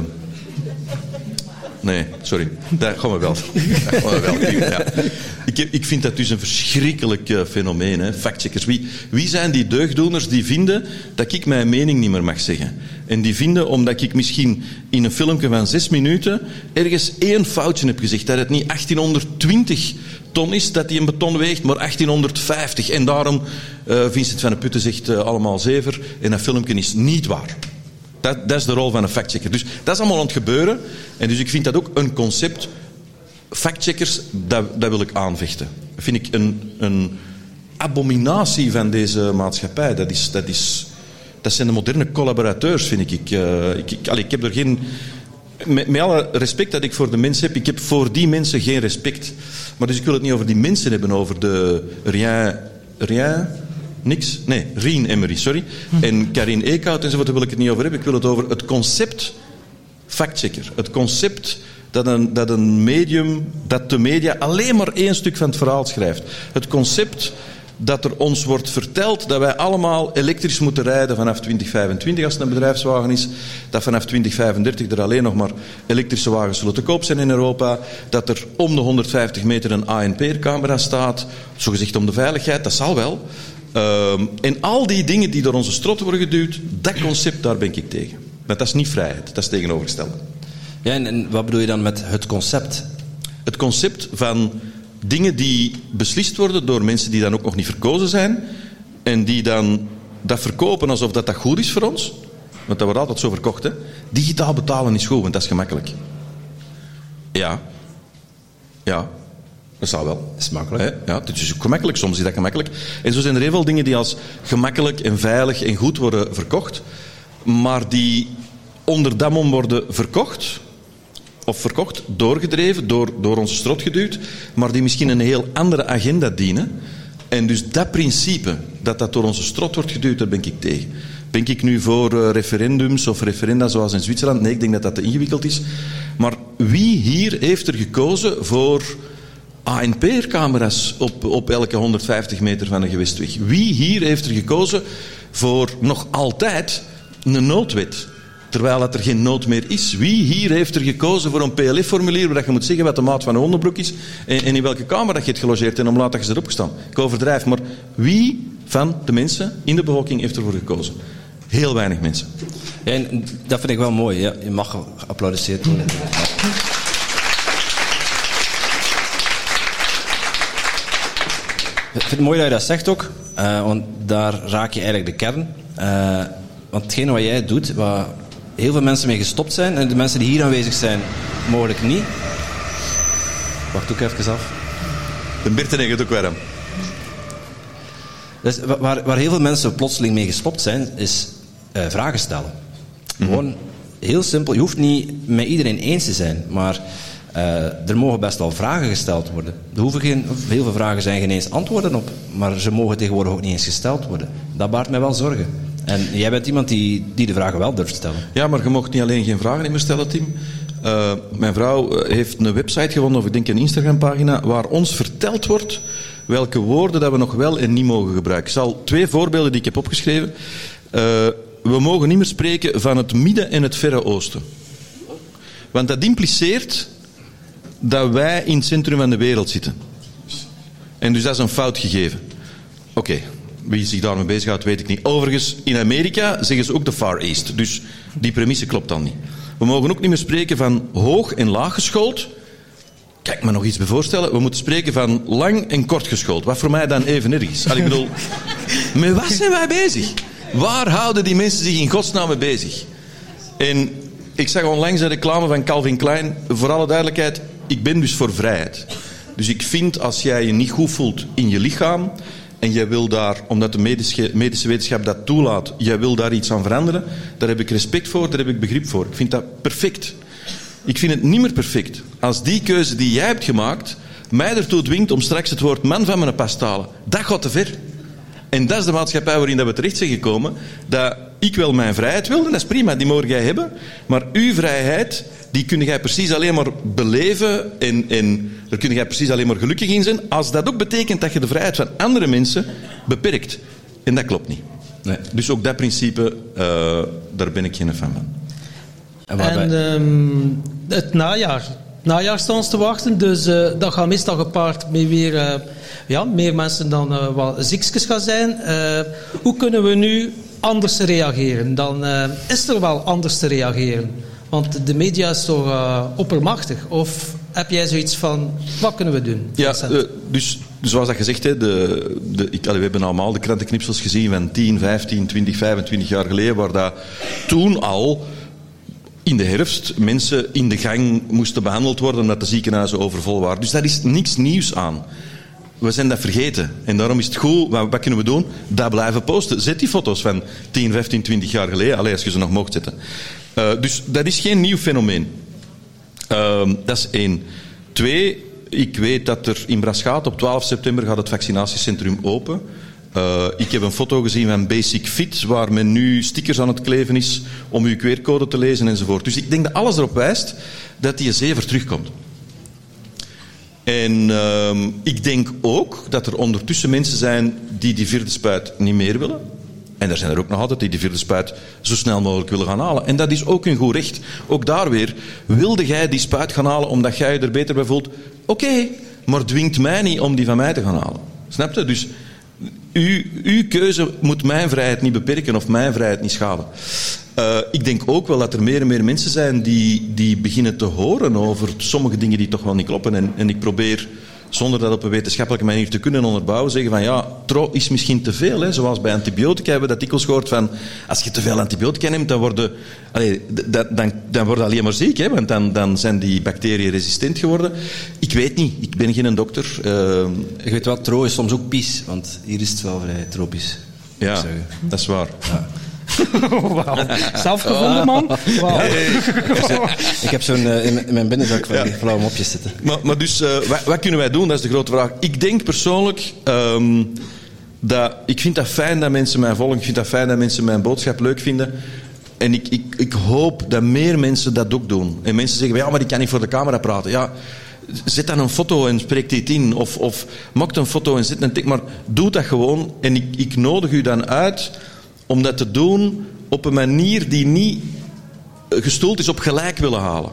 Nee, sorry. Dat gaan we wel. Dat gaan we wel. Ja. Ik, heb, ik vind dat dus een verschrikkelijk uh, fenomeen, hè? Factcheckers. Wie, wie zijn die deugddoeners die vinden dat ik mijn mening niet meer mag zeggen? En die vinden, omdat ik misschien in een filmpje van zes minuten ergens één foutje heb gezegd, dat het niet achttienhonderdtwintig ton is dat die een beton weegt, maar achttienhonderdvijftig. En daarom, uh, Vincent van de Putten zegt uh, allemaal zever, en dat filmpje is niet waar. Dat, dat is de rol van een factchecker. Dus dat is allemaal aan het gebeuren. En dus ik vind dat ook een concept. Factcheckers, dat, dat wil ik aanvechten. Dat vind ik een, een abominatie van deze maatschappij. Dat, is, dat, is, dat zijn de moderne collaborateurs, vind ik. Uh, ik, ik, allee, ik heb er geen... Met, met alle respect dat ik voor de mensen heb, ik heb voor die mensen geen respect. Maar dus ik wil het niet over die mensen hebben, over de rien... rien Niks? Nee, Rien Emery, sorry. En Karin Eekhout enzovoort, daar wil ik het niet over hebben. Ik wil het over het concept factchecker. Het concept dat een, dat een medium, dat de media alleen maar één stuk van het verhaal schrijft. Het concept dat er ons wordt verteld dat wij allemaal elektrisch moeten rijden vanaf twintig vijfentwintig als het een bedrijfswagen is. Dat vanaf twintig vijfendertig er alleen nog maar elektrische wagens zullen te koop zijn in Europa. Dat er om de honderdvijftig meter een A N P R-camera staat. Zogezegd om de veiligheid, dat zal wel. Um, en al die dingen die door onze strot worden geduwd, dat concept, daar ben ik tegen. Maar dat is niet vrijheid, dat is tegenovergestelde. Ja, en, en wat bedoel je dan met het concept? Het concept van dingen die beslist worden door mensen die dan ook nog niet verkozen zijn en die dan dat verkopen alsof dat, dat goed is voor ons. Want dat wordt altijd zo verkocht, hè. Digitaal betalen is goed, want dat is gemakkelijk. Ja. Ja. Dat zal wel. Dat is makkelijk. He? Ja, het is ook gemakkelijk. Soms is dat gemakkelijk. En zo zijn er heel veel dingen die als gemakkelijk en veilig en goed worden verkocht, maar die onder dat mom worden verkocht, of verkocht, doorgedreven, door, door onze strot geduwd, maar die misschien een heel andere agenda dienen. En En dus dat principe, dat dat door onze strot wordt geduwd, daar ben ik tegen. Ben ik nu voor uh, referendums of referenda zoals in Zwitserland? Nee, ik denk dat dat te ingewikkeld is. Maar wie hier heeft er gekozen voor A N P R-camera's op, op elke honderdvijftig meter van een gewestweg? Wie hier heeft er gekozen voor nog altijd een noodwet? Terwijl dat er geen nood meer is. Wie hier heeft er gekozen voor een P L F-formulier waar je moet zeggen wat de maat van een onderbroek is en, en in welke kamer dat je hebt gelogeerd en hoe laat dat je erop gestaan? Ik overdrijf, maar wie van de mensen in de bevolking heeft ervoor gekozen? Heel weinig mensen. Ja, en dat vind ik wel mooi. Ja. Je mag geapplaudisseerd worden. Ik vind het mooi dat je dat zegt ook, uh, want daar raak je eigenlijk de kern. Uh, want hetgene wat jij doet, waar heel veel mensen mee gestopt zijn, en de mensen die hier aanwezig zijn, mogelijk niet. Wacht ook even af. De Berten heeft het ook weer aan. Dus waar, waar heel veel mensen plotseling mee gestopt zijn, is uh, vragen stellen. Mm-hmm. Gewoon heel simpel. Je hoeft niet met iedereen eens te zijn, maar uh, er mogen best wel vragen gesteld worden. Er hoeven geen, heel veel vragen zijn geen eens antwoorden op, maar ze mogen tegenwoordig ook niet eens gesteld worden. Dat baart mij wel zorgen. En jij bent iemand die, die de vragen wel durft stellen. Ja, maar je mocht niet alleen geen vragen meer stellen, Tim. Uh, mijn vrouw heeft een website gevonden, of ik denk een Instagram-pagina, waar ons verteld wordt welke woorden dat we nog wel en niet mogen gebruiken. Ik zal twee voorbeelden die ik heb opgeschreven. Uh, we mogen niet meer spreken van het Midden- en het Verre Oosten. Want dat impliceert dat wij in het centrum van de wereld zitten. En dus dat is een fout gegeven. Oké. Okay. Wie zich daarmee bezighoudt, weet ik niet. Overigens, in Amerika zeggen ze ook de Far East. Dus die premisse klopt dan niet. We mogen ook niet meer spreken van hoog en laag geschoold. Kijk, me nog iets bij voorstellen. We moeten spreken van lang en kort geschoold. Wat voor mij dan even erg is. Al, ik bedoel, met wat zijn wij bezig? Waar houden die mensen zich in godsnaam mee bezig? En ik zag onlangs een reclame van Calvin Klein. Voor alle duidelijkheid, ik ben dus voor vrijheid. Dus ik vind, als jij je niet goed voelt in je lichaam en jij wil daar, omdat de medische, medische wetenschap dat toelaat, jij wil daar iets aan veranderen, daar heb ik respect voor, daar heb ik begrip voor. Ik vind dat perfect. Ik vind het niet meer perfect als die keuze die jij hebt gemaakt mij ertoe dwingt om straks het woord man van mijn pas te halen. Dat gaat te ver. En dat is de maatschappij waarin we terecht zijn gekomen. Dat ik wel mijn vrijheid wil, en dat is prima, die mogen jij hebben. Maar uw vrijheid, die kun jij precies alleen maar beleven en, en daar kun jij precies alleen maar gelukkig in zijn, als dat ook betekent dat je de vrijheid van andere mensen beperkt. En dat klopt niet. Nee. Dus ook dat principe, uh, daar ben ik geen fan van. En, en um, het najaar. Het najaar staat ons te wachten, dus uh, dat gaat meestal gepaard met weer uh, ja, meer mensen dan uh, wat ziekjes gaan zijn. Uh, hoe kunnen we nu anders reageren? Dan uh, is er wel anders te reageren. Want de media is toch uh, oppermachtig. Of heb jij zoiets van, wat kunnen we doen? Ja, uh, dus zoals dat gezegd, hè, de, de, ik, allee, we hebben allemaal de krantenknipsels gezien van tien, vijftien, twintig, vijfentwintig jaar geleden, waar dat toen al in de herfst mensen in de gang moesten behandeld worden omdat de ziekenhuizen overvol waren. Dus daar is niks nieuws aan. We zijn dat vergeten. En daarom is het goed, wat, wat kunnen we doen? Dat blijven posten. Zet die foto's van tien, vijftien, twintig jaar geleden. Allee, als je ze nog mocht zetten. Uh, dus dat is geen nieuw fenomeen. Uh, dat is één. Twee, ik weet dat er in Braschaat op twaalf september gaat het vaccinatiecentrum open. Uh, ik heb een foto gezien van Basic Fit, waar men nu stickers aan het kleven is om uw Q R-code te lezen enzovoort. Dus ik denk dat alles erop wijst dat die zever terugkomt. En uh, ik denk ook dat er ondertussen mensen zijn die die vierde spuit niet meer willen. En er zijn er ook nog altijd die die vierde spuit zo snel mogelijk willen gaan halen. En dat is ook hun goed recht. Ook daar weer, wilde jij die spuit gaan halen omdat jij je er beter bij voelt? Oké, okay, maar dwingt mij niet om die van mij te gaan halen. Snap je? Dus uw, uw keuze moet mijn vrijheid niet beperken of mijn vrijheid niet schaden. Uh, ik denk ook wel dat er meer en meer mensen zijn die, die beginnen te horen over sommige dingen die toch wel niet kloppen. En, en ik probeer, zonder dat op een wetenschappelijke manier te kunnen onderbouwen, zeggen van ja, tro is misschien te veel. Hè. Zoals bij antibiotica hebben we dat dikwijls gehoord van, als je te veel antibiotica neemt, dan worden, allee, dan, dan, dan worden alleen maar ziek, hè, want dan, dan zijn die bacteriën resistent geworden. Ik weet niet, ik ben geen dokter. Uh, je weet wat, tro is soms ook pies, want hier is het wel vrij tropisch. Ja, dat is waar. Ja. Wauw. Zelf gevonden, man. Wauw. Ik heb zo'n uh, in, in mijn binnenzak van die flauwe mopjes zitten. Maar, maar dus, uh, wat, wat kunnen wij doen? Dat is de grote vraag. Ik denk persoonlijk... Um, dat, ik vind dat fijn dat mensen mij volgen. Ik vind dat fijn dat mensen mijn boodschap leuk vinden. En ik, ik, ik hoop dat meer mensen dat ook doen. En mensen zeggen, ja, maar ik kan niet voor de camera praten. Ja, zet dan een foto en spreek dit in. Of, of maak een foto en zet een tik. Maar doe dat gewoon. En ik, ik nodig u dan uit om dat te doen op een manier die niet gestoeld is op gelijk willen halen.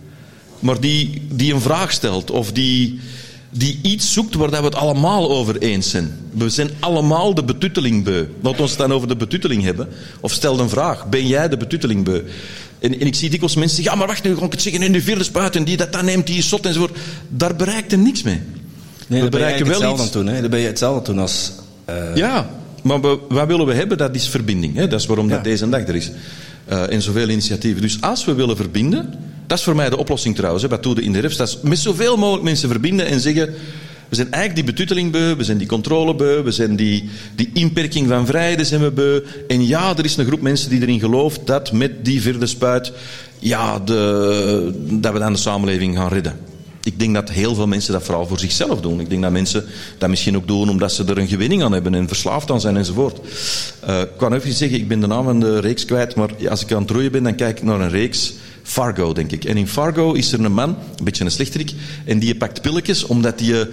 Maar die, die een vraag stelt. Of die, die iets zoekt waar we het allemaal over eens zijn. We zijn allemaal de betutteling beu. Laat ons het dan over de betutteling hebben. Of stel een vraag. Ben jij de betutteling beu? En, en ik zie dikwijls mensen zeggen, ja, maar wacht nu, ga ik het zeggen in de vierde spuit en die dat dan neemt, die is zot enzovoort. Daar bereikt er niks mee. Nee, daar ben je hetzelfde aan doen. Hè? Daar ben je hetzelfde doen als... Uh... Ja, maar we, wat willen we hebben? Dat is verbinding. Hè? Dat is waarom ja. dat deze dag er is. Uh, en zoveel initiatieven. Dus als we willen verbinden... Dat is voor mij de oplossing trouwens, hè, wat doe je in de refs. Dat is met zoveel mogelijk mensen verbinden en zeggen... We zijn eigenlijk die betutteling beu, we zijn die controle beu, we zijn die, die inperking van vrijheden zijn we beu. En ja, er is een groep mensen die erin gelooft dat met die vierde spuit... Ja, de, dat we dan de samenleving gaan redden. Ik denk dat heel veel mensen dat vooral voor zichzelf doen. Ik denk dat mensen dat misschien ook doen omdat ze er een gewinning aan hebben en verslaafd aan zijn enzovoort. Uh, ik kan even zeggen, ik ben de naam van de reeks kwijt, maar als ik aan het roeien ben, dan kijk ik naar een reeks... Fargo, denk ik. En in Fargo is er een man, een beetje een slechterik, en die pakt pilletjes, omdat die, uh,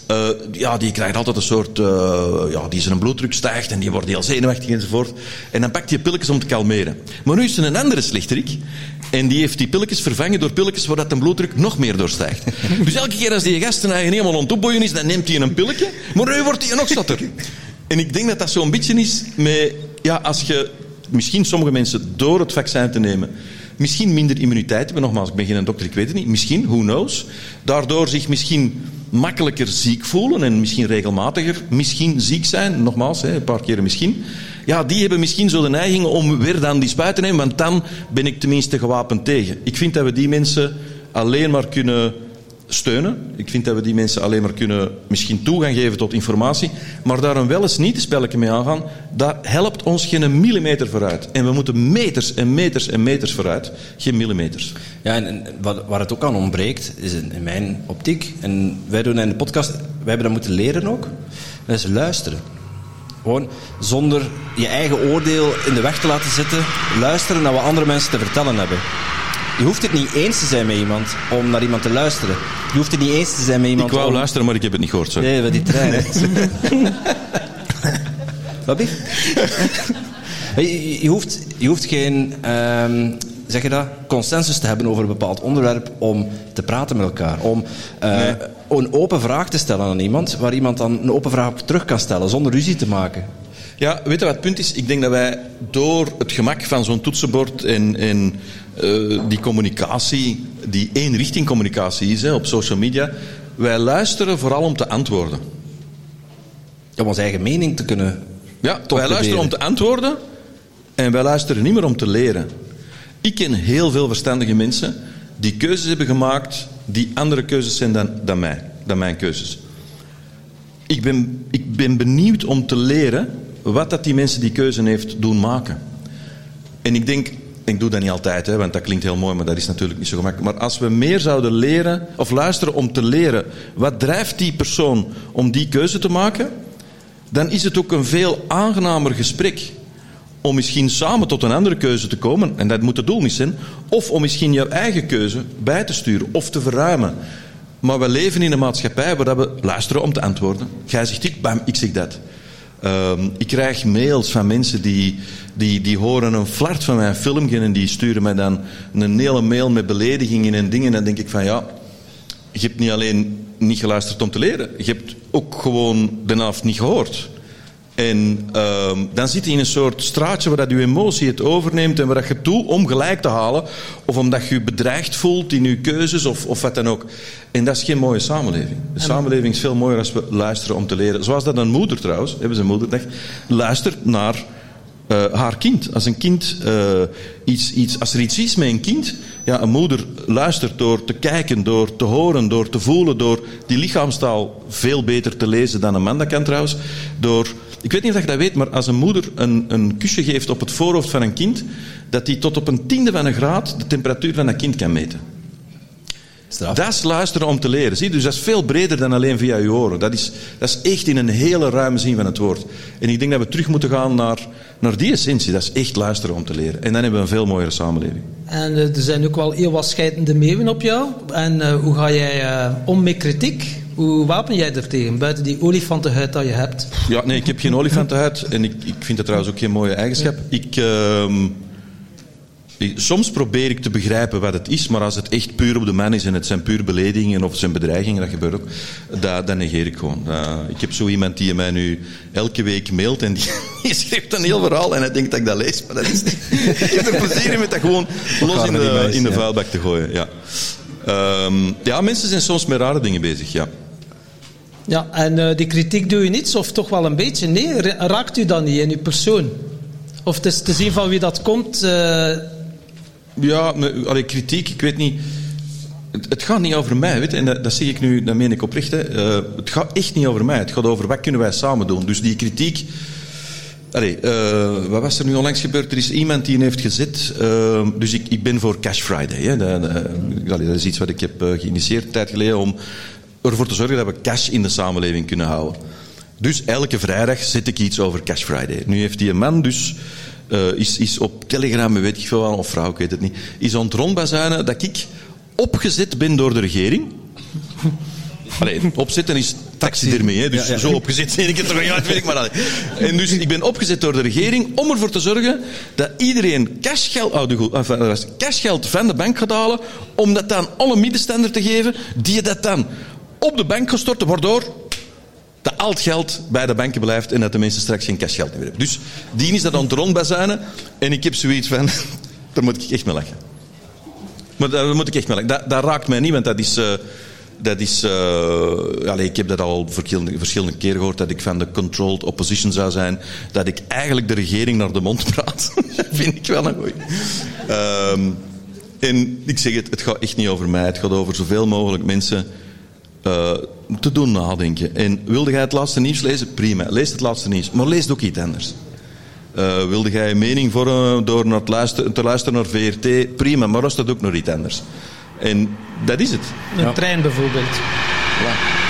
ja, die krijgt altijd een soort, uh, ja, die zijn bloeddruk stijgt en die wordt heel zenuwachtig enzovoort. En dan pakt hij pilletjes om te kalmeren. Maar nu is er een andere slechterik, en die heeft die pilletjes vervangen door pilletjes waar dat de bloeddruk nog meer doorstijgt. Dus elke keer als die gasten eigenlijk helemaal aan het opboeien is, dan neemt hij een pilletje, maar nu wordt hij nog zatter. En ik denk dat dat zo'n beetje is met, ja, als je, misschien sommige mensen door het vaccin te nemen, misschien minder immuniteit hebben. Nogmaals, ik ben geen dokter, ik weet het niet. Misschien, who knows. Daardoor zich misschien makkelijker ziek voelen en misschien regelmatiger misschien ziek zijn. Nogmaals, een paar keren misschien. Ja, die hebben misschien zo de neiging om weer dan die spuit te nemen, want dan ben ik tenminste gewapend tegen. Ik vind dat we die mensen alleen maar kunnen steunen. Ik vind dat we die mensen alleen maar kunnen misschien toegang geven tot informatie, maar daar een wel eens niet spelletje mee aangaan, dat helpt ons geen millimeter vooruit. En we moeten meters en meters en meters vooruit, geen millimeters. Ja, en, en wat, waar het ook aan ontbreekt, is in, in mijn optiek, en wij doen in de podcast, wij hebben dat moeten leren ook, dat is luisteren. Gewoon zonder je eigen oordeel in de weg te laten zitten, luisteren naar wat andere mensen te vertellen hebben. Je hoeft het niet eens te zijn met iemand om naar iemand te luisteren. Je hoeft het niet eens te zijn met iemand Ik wou om... luisteren, maar ik heb het niet gehoord. Sorry. Nee, wat die trein. Wat ben je? Je hoeft, je hoeft geen, um, zeg je dat, consensus te hebben over een bepaald onderwerp om te praten met elkaar. Om uh, nee. een open vraag te stellen aan iemand, waar iemand dan een open vraag op terug kan stellen, zonder ruzie te maken. Ja, weet je wat het punt is? Ik denk dat wij door het gemak van zo'n toetsenbord en, en uh, die communicatie, die eenrichting communicatie is hè, op social media, wij luisteren vooral om te antwoorden. Om onze eigen mening te kunnen... Ja, wij luisteren om te antwoorden en wij luisteren niet meer om te leren. Ik ken heel veel verstandige mensen die keuzes hebben gemaakt die andere keuzes zijn dan, dan mij, dan mijn keuzes. Ik ben, ik ben benieuwd om te leren wat dat die mensen die keuze heeft doen maken. En ik denk, ik doe dat niet altijd, hè, want dat klinkt heel mooi, maar dat is natuurlijk niet zo gemakkelijk. Maar als we meer zouden leren, of luisteren om te leren, wat drijft die persoon om die keuze te maken, dan is het ook een veel aangenamer gesprek om misschien samen tot een andere keuze te komen, en dat moet het doel niet zijn, of om misschien jouw eigen keuze bij te sturen of te verruimen. Maar we leven in een maatschappij waar we luisteren om te antwoorden. Jij zegt ik, bam, ik zeg dat. Um, ik krijg mails van mensen die, die, die horen een flart van mijn filmpje en die sturen mij dan een hele mail met beledigingen en dingen. En dan denk ik van ja, je hebt niet alleen niet geluisterd om te leren, je hebt ook gewoon de helft niet gehoord. En um, dan zit je in een soort straatje waar dat je emotie het overneemt en waar dat je doet om gelijk te halen of omdat je je bedreigd voelt in je keuzes of, of wat dan ook. En dat is geen mooie samenleving. De samenleving is veel mooier als we luisteren om te leren. Zoals dat een moeder trouwens, hebben ze een moederdag, luistert naar uh, haar kind. Als een kind uh, iets, iets, als er iets is met een kind, ja, een moeder luistert door te kijken, door te horen, door te voelen, door die lichaamstaal veel beter te lezen dan een man dat kan trouwens, door Ik weet niet of je dat weet, maar als een moeder een, een kusje geeft op het voorhoofd van een kind, dat die tot op een tiende van een graad de temperatuur van dat kind kan meten. Straf. Dat is luisteren om te leren. Zie? Dus dat is veel breder dan alleen via je oren. Dat is, dat is echt in een hele ruime zin van het woord. En ik denk dat we terug moeten gaan naar, naar die essentie. Dat is echt luisteren om te leren. En dan hebben we een veel mooiere samenleving. En uh, er zijn ook wel heel wat scheidende meeuwen op jou. En uh, hoe ga jij uh, om met kritiek? Hoe wapen jij er tegen, buiten die olifantenhuid dat je hebt? Ja, nee, ik heb geen olifantenhuid. En ik, ik vind het trouwens ook geen mooie eigenschap. Ik... Uh, Soms probeer ik te begrijpen wat het is, maar als het echt puur op de man is en het zijn puur beledigingen of het zijn bedreigingen, dat gebeurt ook, dat, dat negeer ik gewoon. Uh, ik heb zo iemand die mij nu elke week mailt en die, die schrijft een heel verhaal en hij denkt dat ik dat lees, maar dat is niet. Ik heb er plezier in met dat gewoon los in de, in de vuilbak te gooien. Ja. Um, ja, mensen zijn soms met rare dingen bezig, ja. Ja, en uh, die kritiek doe je niets, of toch wel een beetje? Nee, raakt u dat niet in uw persoon? Of het is te zien van wie dat komt... Uh, Ja, allee, kritiek, ik weet niet... Het, het gaat niet over mij, weet je, en dat, dat zeg ik nu, dat meen ik oprecht. Hè. Uh, het gaat echt niet over mij, het gaat over wat kunnen wij samen doen. Dus die kritiek... Allee, uh, wat was er nu onlangs gebeurd? Er is iemand die heeft gezet... Uh, dus ik, ik ben voor Cash Friday. Hè. Dat, uh, allee, dat is iets wat ik heb uh, geïnitieerd een tijd geleden om ervoor te zorgen dat we cash in de samenleving kunnen houden. Dus elke vrijdag zet ik iets over Cash Friday. Nu heeft die man dus... Uh, is, is op Telegram, weet ik veel wel, of vrouw, ik weet het niet, is aan het rondbazuinen dat ik opgezet ben door de regering. Allee, opzetten is taxidermie, hè? Dus ja, ja. Zo opgezet zie ik het toch niet uit, weet ik maar. Allee. En dus ik ben opgezet door de regering om ervoor te zorgen dat iedereen cashgeld, oh, de, uh, cashgeld van de bank gaat halen, om dat dan alle middenstander te geven, die dat dan op de bank gestorten, waardoor... dat al het geld bij de banken blijft en dat de mensen straks geen cashgeld meer hebben. Dus die is dat aan het rondbazuinen en ik heb zoiets van, daar moet ik echt mee lachen. Maar daar moet ik echt mee lachen. Dat, dat raakt mij niet, want dat is... Uh, dat is uh, allez, ik heb dat al verschillende, verschillende keren gehoord, dat ik van de controlled opposition zou zijn, dat ik eigenlijk de regering naar de mond praat. Dat vind ik wel een goeie. Um, en ik zeg het, het gaat echt niet over mij, het gaat over zoveel mogelijk mensen... Uh, te doen nadenken. En wilde jij het laatste nieuws lezen? Prima, lees het laatste nieuws. Maar lees ook iets anders. Uh, wilde jij je mening vormen door naar het luisteren, te luisteren naar V R T? Prima, maar luister ook naar iets anders. En dat is het. Een ja. trein bijvoorbeeld. Ja.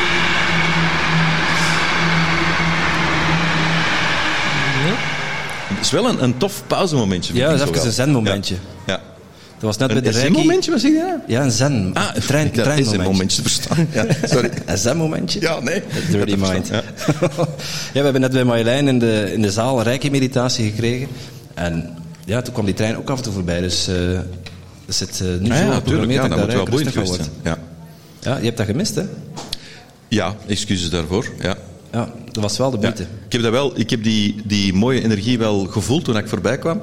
Ja. Het is wel een, een tof pauzemomentje. Ja, dat is even een zenmomentje. Ja. ja. Dat was net een, bij de Reiki. Een zenmomentje, wat zeg je nou? Ja, een zen. Ah, een trein, ja, trein is een momentje te verstaan. Ja, sorry. Een zenmomentje? Ja, nee. Dirty mind. Ja. Ja, we hebben net bij Marjolein in de, in de zaal een Reiki-meditatie gekregen. En ja, toen kwam die trein ook af en toe voorbij. Dus uh, dat zit uh, nu ah, zo ja, geprogrammeerd ja, dat dat ik moet daar wel boeiend rustig geweest zijn. Ja. Ja, je hebt dat gemist, hè? Ja, excuses daarvoor. Ja. Ja, dat was wel de moeite. Ja, ik heb, dat wel, ik heb die, die mooie energie wel gevoeld toen ik voorbij kwam.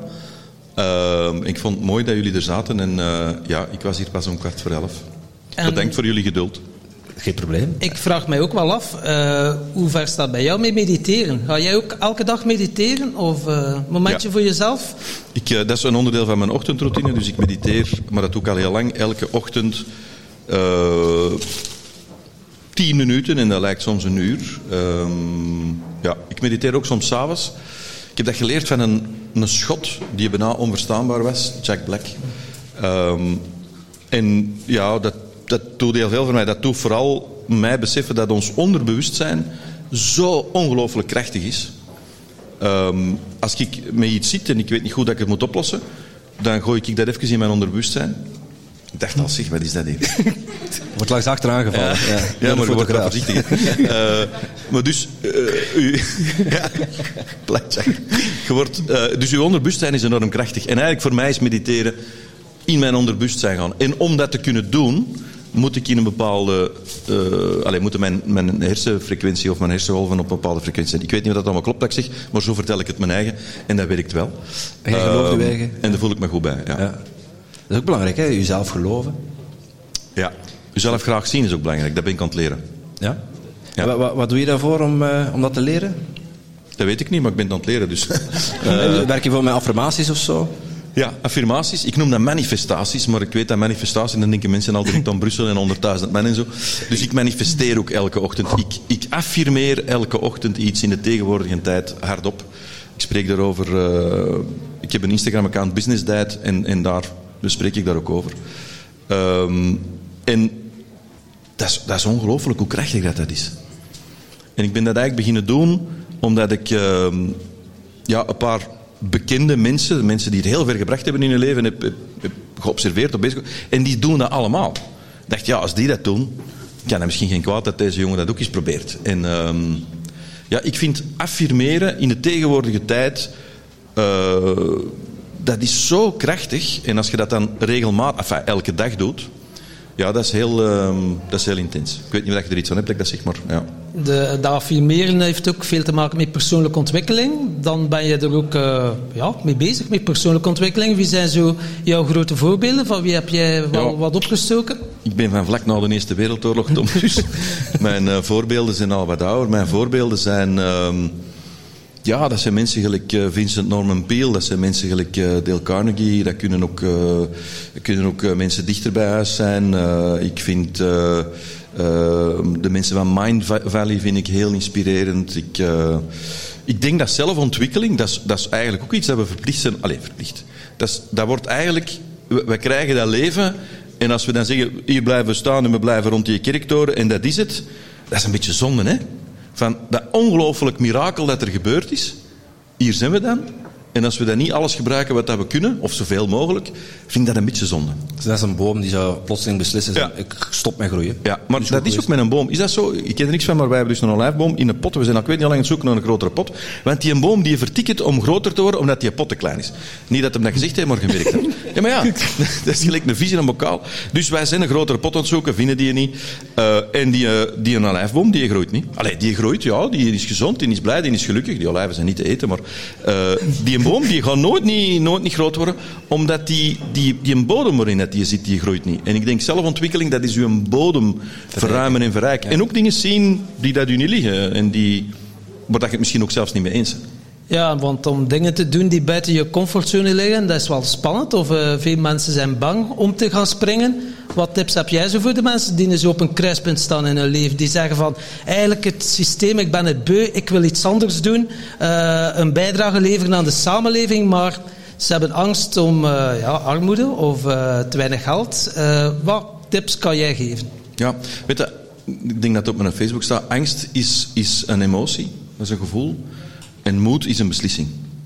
Uh, ik vond het mooi dat jullie er zaten en uh, ja, ik was hier pas om kwart voor elf. En bedankt voor jullie geduld. Geen probleem. Ik vraag mij ook wel af, uh, hoe ver staat bij jou mee mediteren? Ga jij ook elke dag mediteren of een uh, momentje ja. voor jezelf? Ik, uh, dat is een onderdeel van mijn ochtendroutine, dus ik mediteer, maar dat doe ik al heel lang, elke ochtend uh, tien minuten en dat lijkt soms een uur. Um, ja, ik mediteer ook soms 's avonds. Ik heb dat geleerd van een, een schot die bijna onverstaanbaar was, Jack Black. Um, en ja, dat, dat doet heel veel voor mij. Dat doet vooral mij beseffen dat ons onderbewustzijn zo ongelooflijk krachtig is. Um, als ik met iets zit en ik weet niet goed dat ik het moet oplossen, dan gooi ik dat even in mijn onderbewustzijn. Ik dacht al, zeg, wat is dat hier? Wordt langs achteraan gevallen. Ja, ja, ja, ja maar je wordt wel voorzichtig. uh, maar dus... Uh, u, ja, blackjack. Je wordt, uh, dus uw onderbewustzijn is enorm krachtig. En eigenlijk voor mij is mediteren in mijn onderbewustzijn gaan. En om dat te kunnen doen, moet ik in een bepaalde... Uh, allez, moeten mijn, mijn hersenfrequentie of mijn hersengolven op een bepaalde frequentie zijn. Ik weet niet of dat allemaal klopt dat ik zeg, maar zo vertel ik het mijn eigen. En dat werkt wel. En je gelooft je eigen? En daar voel ik me goed bij, ja. ja. Dat is ook belangrijk, hè? Jezelf geloven. Ja, jezelf graag zien is ook belangrijk. Dat ben ik aan het leren. Ja? Ja. Wat, wat, wat doe je daarvoor om, uh, om dat te leren? Dat weet ik niet, maar ik ben het aan het leren. Dus. uh, Werk je voor met affirmaties of zo? Ja, affirmaties. Ik noem dat manifestaties, maar ik weet dat manifestaties, dan denken mensen al direct aan Brussel en honderdduizend man en zo. Dus ik manifesteer ook elke ochtend. Ik, ik affirmeer elke ochtend iets in de tegenwoordige tijd hardop. Ik spreek daarover... Uh, ik heb een Instagram-account, Business Diet, en, en daar dus spreek ik daar ook over. Um, en dat is, dat is ongelooflijk hoe krachtig dat, dat is. En ik ben dat eigenlijk beginnen doen omdat ik uh, ja, een paar bekende mensen, mensen die het heel ver gebracht hebben in hun leven, heb, heb, heb geobserveerd op bezig. En die doen dat allemaal. Ik dacht, ja, als die dat doen, kan het misschien geen kwaad dat deze jongen dat ook eens probeert. En um, ja, ik vind affirmeren in de tegenwoordige tijd, uh, dat is zo krachtig. En als je dat dan regelmatig, enfin, elke dag doet, ja, dat is heel, um, dat is heel intens. Ik weet niet of je er iets aan hebt, dat ik dat zeg, maar ja. De, dat affirmeren heeft ook veel te maken met persoonlijke ontwikkeling. Dan ben je er ook uh, ja, mee bezig, met persoonlijke ontwikkeling. Wie zijn zo jouw grote voorbeelden? Van wie heb jij wel ja. wat opgestoken? Ik ben van vlak na de Eerste Wereldoorlog, Tom. Dus mijn uh, voorbeelden zijn al wat ouder. Mijn voorbeelden zijn... Uh, ja, dat zijn mensen gelijk uh, Vincent Norman Peale. Dat zijn mensen gelijk uh, Dale Carnegie. Dat kunnen ook, uh, kunnen ook uh, mensen dichter bij huis zijn. Uh, ik vind... Uh, Uh, de mensen van Mind Valley vind ik heel inspirerend. Ik, uh, ik denk dat zelfontwikkeling, dat is, dat is eigenlijk ook iets dat we verplicht zijn. Allee, verplicht. Dat, is, dat wordt eigenlijk... We, we krijgen dat leven en als we dan zeggen, hier blijven we staan en we blijven rond die kerktoren en dat is het, dat is een beetje zonde, hè? Van dat ongelooflijk mirakel dat er gebeurd is, hier zijn we dan. En als we dan niet alles gebruiken wat dat we kunnen, of zoveel mogelijk, vind ik dat een beetje zonde. Dus dat is een boom die zou plotseling beslissen, ja. ik stop met groeien. Ja, maar dat, dat is ook met een boom. Is dat zo? Ik ken er niks van, maar wij hebben dus een olijfboom in een pot. We zijn al, ik weet niet al lang aan het zoeken naar een grotere pot. Want die een boom die vertikt om groter te worden, omdat die pot te klein is. Niet dat hem dat gezegd heeft, maar gemerkt heeft. Ja, maar ja, dat is gelijk een vis in een bokaal. Dus wij zijn een grotere pot aan het zoeken, vinden die niet. Uh, en die, uh, die een olijfboom, die groeit niet. Allee, die groeit, ja, die is gezond, die is blij, die is gelukkig. Die olijven zijn niet te eten, maar uh, die een boom, die gaat nooit niet, nooit niet groot worden, omdat die, die, die een bodem waarin dat die zit, die groeit niet. En ik denk zelfontwikkeling, dat is uw bodem verruimen en verrijken. Ja. En ook dingen zien die dat u niet liggen en die, waar dat je het misschien ook zelfs niet mee eens bent. Ja, want om dingen te doen die buiten je comfortzone liggen, dat is wel spannend. Of uh, veel mensen zijn bang om te gaan springen. Wat tips heb jij zo voor de mensen die zo op een kruispunt staan in hun leven? Die zeggen van, eigenlijk het systeem, ik ben het beu, ik wil iets anders doen. Uh, een bijdrage leveren aan de samenleving, maar ze hebben angst om uh, ja, armoede of uh, te weinig geld. Uh, wat tips kan jij geven? Ja, weet je, ik denk dat het op mijn Facebook staat. Angst is, is een emotie, dat is een gevoel. En moed is een beslissing.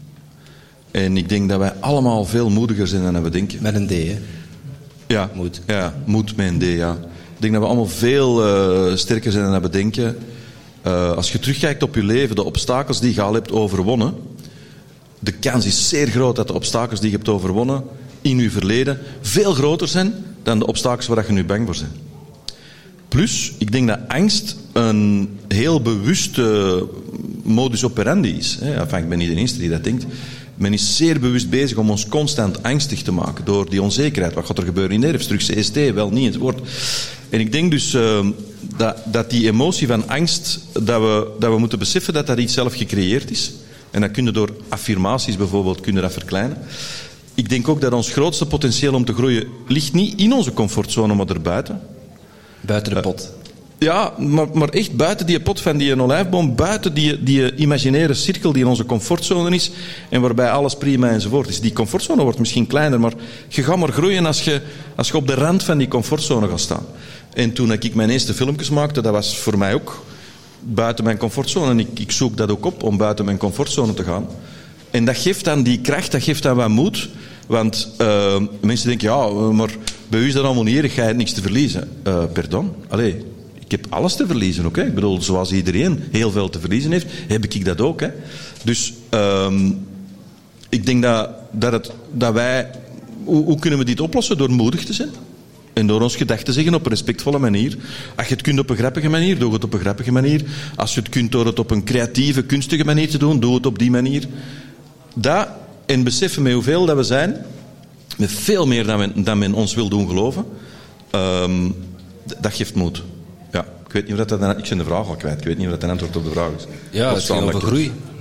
En ik denk dat wij allemaal veel moediger zijn dan we denken. Met een D, hè? Ja, moed. Ja, moed met een D, ja. Ik denk dat we allemaal veel uh, sterker zijn dan we denken. Uh, als je terugkijkt op je leven, de obstakels die je al hebt overwonnen, de kans is zeer groot dat de obstakels die je hebt overwonnen in je verleden veel groter zijn dan de obstakels waar je nu bang voor bent. Plus, ik denk dat angst een heel bewuste modus operandi is. Enfin, ik ben niet de eerste die dat denkt. Men is zeer bewust bezig om ons constant angstig te maken door die onzekerheid. Wat gaat er gebeuren in de herfst? Terug C S T? Wel niet enzovoort. En ik denk dus uh, dat, dat die emotie van angst, dat we, dat we moeten beseffen dat dat iets zelf gecreëerd is. En dat kunnen door affirmaties bijvoorbeeld kunnen dat verkleinen. Ik denk ook dat ons grootste potentieel om te groeien ligt niet in onze comfortzone, maar erbuiten. Buiten de pot. Uh, ja, maar, maar echt buiten die pot van die olijfboom, buiten die, die imaginaire cirkel die in onze comfortzone is en waarbij alles prima enzovoort is. Die comfortzone wordt misschien kleiner, maar je gaat maar groeien als je, als je op de rand van die comfortzone gaat staan. En toen ik mijn eerste filmpjes maakte, dat was voor mij ook buiten mijn comfortzone. En ik, ik zoek dat ook op om buiten mijn comfortzone te gaan. En dat geeft dan die kracht, dat geeft dan wat moed. Want uh, mensen denken, ja, maar bij u is dat allemaal niet erg, jij hebt niks te verliezen. Uh, pardon? Allee, ik heb alles te verliezen ook. Hè. Ik bedoel, zoals iedereen heel veel te verliezen heeft, heb ik dat ook. Hè. Dus um, ik denk dat, dat, het, dat wij... Hoe, hoe kunnen we dit oplossen? Door moedig te zijn. En door ons gedag te zeggen op een respectvolle manier. Als je het kunt op een grappige manier, doe het op een grappige manier. Als je het kunt door het op een creatieve, kunstige manier te doen, doe het op die manier. Dat, en beseffen met hoeveel dat we zijn, met veel meer dan men, dan men ons wil doen geloven, um, dat geeft moed. Ja, ik weet niet of dat... Ik ben de vraag al kwijt. Ik weet niet of dat een antwoord op de vraag is. Ja, het gaat over groei.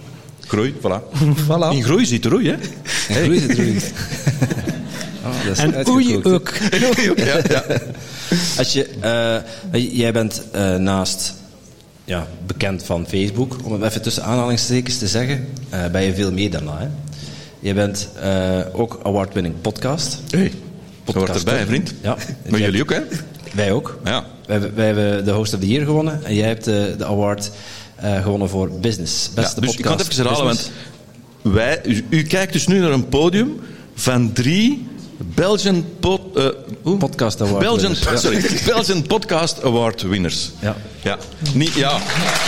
Groei, voilà. Voilà. In groei zit roei, hè? En groei zit groei. Oh, dat is En oei uitgekookt, hè. ook. En oei ook, ja. ja. Als je, uh, jij bent uh, naast ja, bekend van Facebook, om het even tussen aanhalingstekens te zeggen, uh, ben je veel meer dan dat. Hè? Je bent uh, ook award-winning podcast. Hey, dat hoort erbij, hè, vriend. Ja. Maar jullie ook, hè? Wij ook. Ja. Wij, wij hebben de Host of the Year gewonnen en jij hebt de, de award uh, gewonnen voor Business. Beste Ja, dus podcast. ik kan het even herhalen, Business. want wij, u, u kijkt dus nu naar een podium van drie Belgian, pod, uh, hoe? Podcast Award Belgian, winners, ja. sorry, Belgian Podcast Award winners. Ja. Ja. Niet, ja.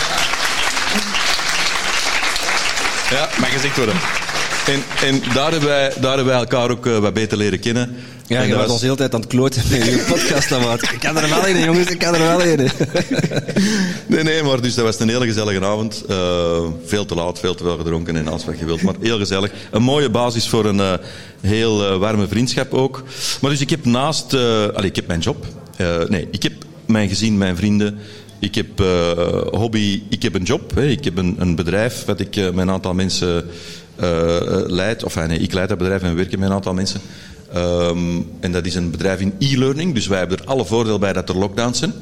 Ja, mag gezegd worden. En, en daar, hebben wij, daar hebben wij elkaar ook uh, wat beter leren kennen. Ja, en je dat was was ons de hele tijd aan het kloten met je podcast award. Ik kan er wel in, jongens, ik kan er wel in. Nee, nee, maar dus dat was een hele gezellige avond. Uh, veel te laat, veel te veel gedronken en alles wat je wilt. Maar heel gezellig. Een mooie basis voor een uh, heel uh, warme vriendschap ook. Maar dus ik heb naast... Uh, allez, ik heb mijn job. Uh, nee, ik heb mijn gezin, mijn vrienden. Ik heb uh, hobby, ik heb een job. Hè. Ik heb een, een bedrijf wat ik uh, met een aantal mensen uh, leid. Of nee, ik leid dat bedrijf en werk met een aantal mensen. Um, en dat is een bedrijf in e-learning. Dus wij hebben er alle voordeel bij dat er lockdowns zijn.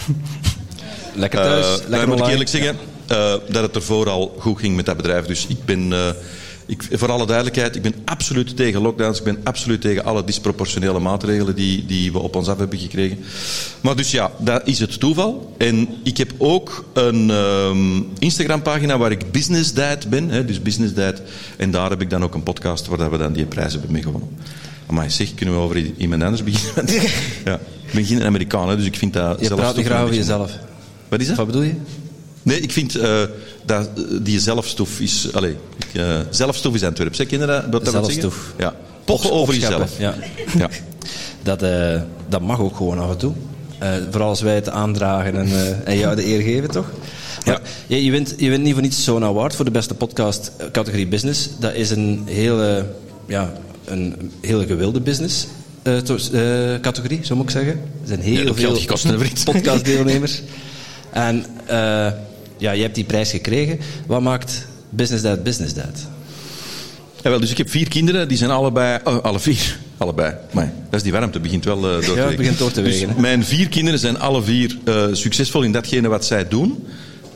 Lekker thuis, Uh, lekker nou, moet ik online. eerlijk zeggen uh, dat het er vooral goed ging met dat bedrijf. Dus ik ben, uh, ik, voor alle duidelijkheid, ik ben absoluut tegen lockdowns. Ik ben absoluut tegen alle disproportionele maatregelen die, die we op ons af hebben gekregen. Maar dus ja, dat is het toeval. En ik heb ook een um, Instagram-pagina waar ik Business Dad ben. Hè, dus Business Dad. En daar heb ik dan ook een podcast waar we dan die prijs hebben mee gewonnen. Maar zeg, kunnen we over iemand anders beginnen? Ja, ik ben geen Amerikaan, hè, dus ik vind dat Je zelfs praat niet toch graag een over beetje- jezelf. Wat is dat? Wat bedoel je? Nee, ik vind uh, dat uh, die zelfstof is... Allez, ik, uh, zelfstof is Antwerps. Ken je dat? dat Zelfstof. Ja. Pochen over Opscheppen, jezelf. Ja. Ja. Dat, uh, dat mag ook gewoon af en toe. Uh, vooral als wij het aandragen en, uh, en jou de eer geven, toch? Maar, ja. je, wint, je wint niet voor niets zo'n award voor de beste podcast uh, categorie business. Dat is een hele, ja, een hele gewilde business uh, to, uh, categorie, zo moet ik zeggen. Er zijn heel Ja, dat veel geld gekost, hè, vriend. podcastdeelnemers. En uh, ja, je hebt die prijs gekregen. Wat maakt Business Dad Business Dad? Ja, wel, dus ik heb vier kinderen, die zijn allebei... Oh, alle vier. Allebei. Maar dat is die warmte, begint wel uh, door te Ja, wegen. het begint door te wegen, Dus hè. mijn vier kinderen zijn alle vier uh, succesvol in datgene wat zij doen.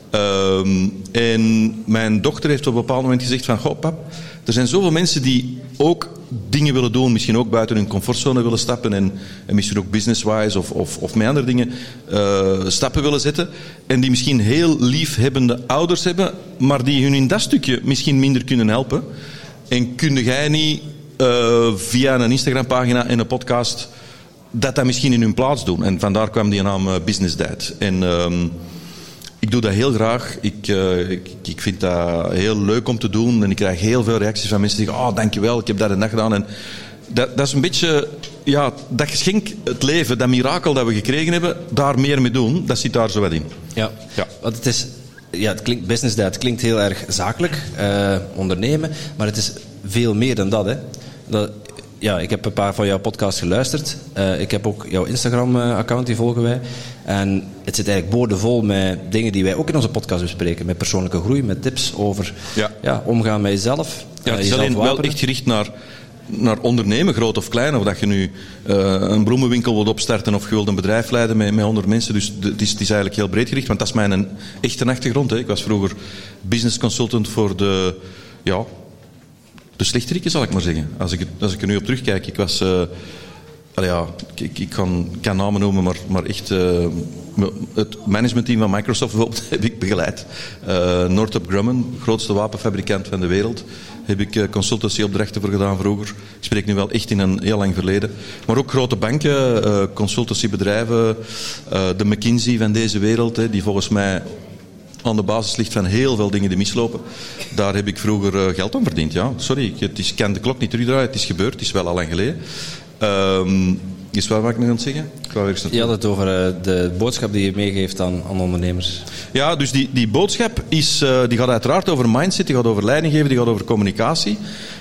Um, en mijn dochter heeft op een bepaald moment gezegd van... Goh, pap, er zijn zoveel mensen die ook dingen willen doen, misschien ook buiten hun comfortzone willen stappen en, en misschien ook business-wise of, of, of met andere dingen uh, stappen willen zetten. En die misschien heel liefhebbende ouders hebben, maar die hun in dat stukje misschien minder kunnen helpen. En kun jij niet uh, via een Instagram-pagina en een podcast dat dat misschien in hun plaats doen? En vandaar kwam die naam uh, Business Dad. En um, ik doe dat heel graag. Ik, uh, ik, ik vind dat heel leuk om te doen. En ik krijg heel veel reacties van mensen die zeggen... Oh, dankjewel, ik heb dat en dat gedaan. En dat, dat is een beetje... Ja, dat geschenk, het leven, dat mirakel dat we gekregen hebben... daar meer mee doen, dat zit daar zo wat in. Ja, Ja. want het is... Ja, het klinkt, business dad klinkt heel erg zakelijk, uh, ondernemen, maar het is veel meer dan dat, hè. Dat, ja, ik heb een paar van jouw podcasts geluisterd. Uh, ik heb ook jouw Instagram-account, die volgen wij. En het zit eigenlijk boordevol met dingen die wij ook in onze podcast bespreken. Met persoonlijke groei, met tips over Ja. Ja, omgaan met jezelf. Ja, uh, het is jezelf alleen wel wapenen. echt gericht naar, naar ondernemen, groot of klein. Of dat je nu uh, een bloemenwinkel wilt opstarten of je wilt een bedrijf leiden met, met honderd mensen. Dus de, het, is, het is eigenlijk heel breed gericht. Want dat is mijn een, echte achtergrond. Hè. Ik was vroeger business consultant voor de... Ja, de slechteriken, zal ik maar zeggen. Als ik, het- als ik er nu op terugkijk, ik was... Uh, allee, ja, ik, ik kan, ik kan namen noemen, maar, maar echt... Uh, het managementteam van Microsoft bijvoorbeeld heb ik begeleid. Uh, Northrop Grumman, grootste wapenfabrikant van de wereld, heb ik uh, consultancyopdrachten voor gedaan vroeger. Ik spreek nu wel echt in een heel lang verleden. Maar ook grote banken, uh, consultancybedrijven, uh, de McKinsey van deze wereld, hè, die volgens mij aan de basis ligt van heel veel dingen die mislopen. Daar heb ik vroeger uh, geld aan verdiend, ja. Sorry, ik, het is, ik kan de klok niet terugdraaien, het is gebeurd, het is wel al lang geleden. Um, is wat wat ik nog aan het zeggen? Ik wou ergens naartoe. Je had het over uh, de boodschap die je meegeeft aan, aan ondernemers. Ja, dus die, die boodschap is, uh, die gaat uiteraard over mindset, die gaat over leiding geven, die gaat over communicatie.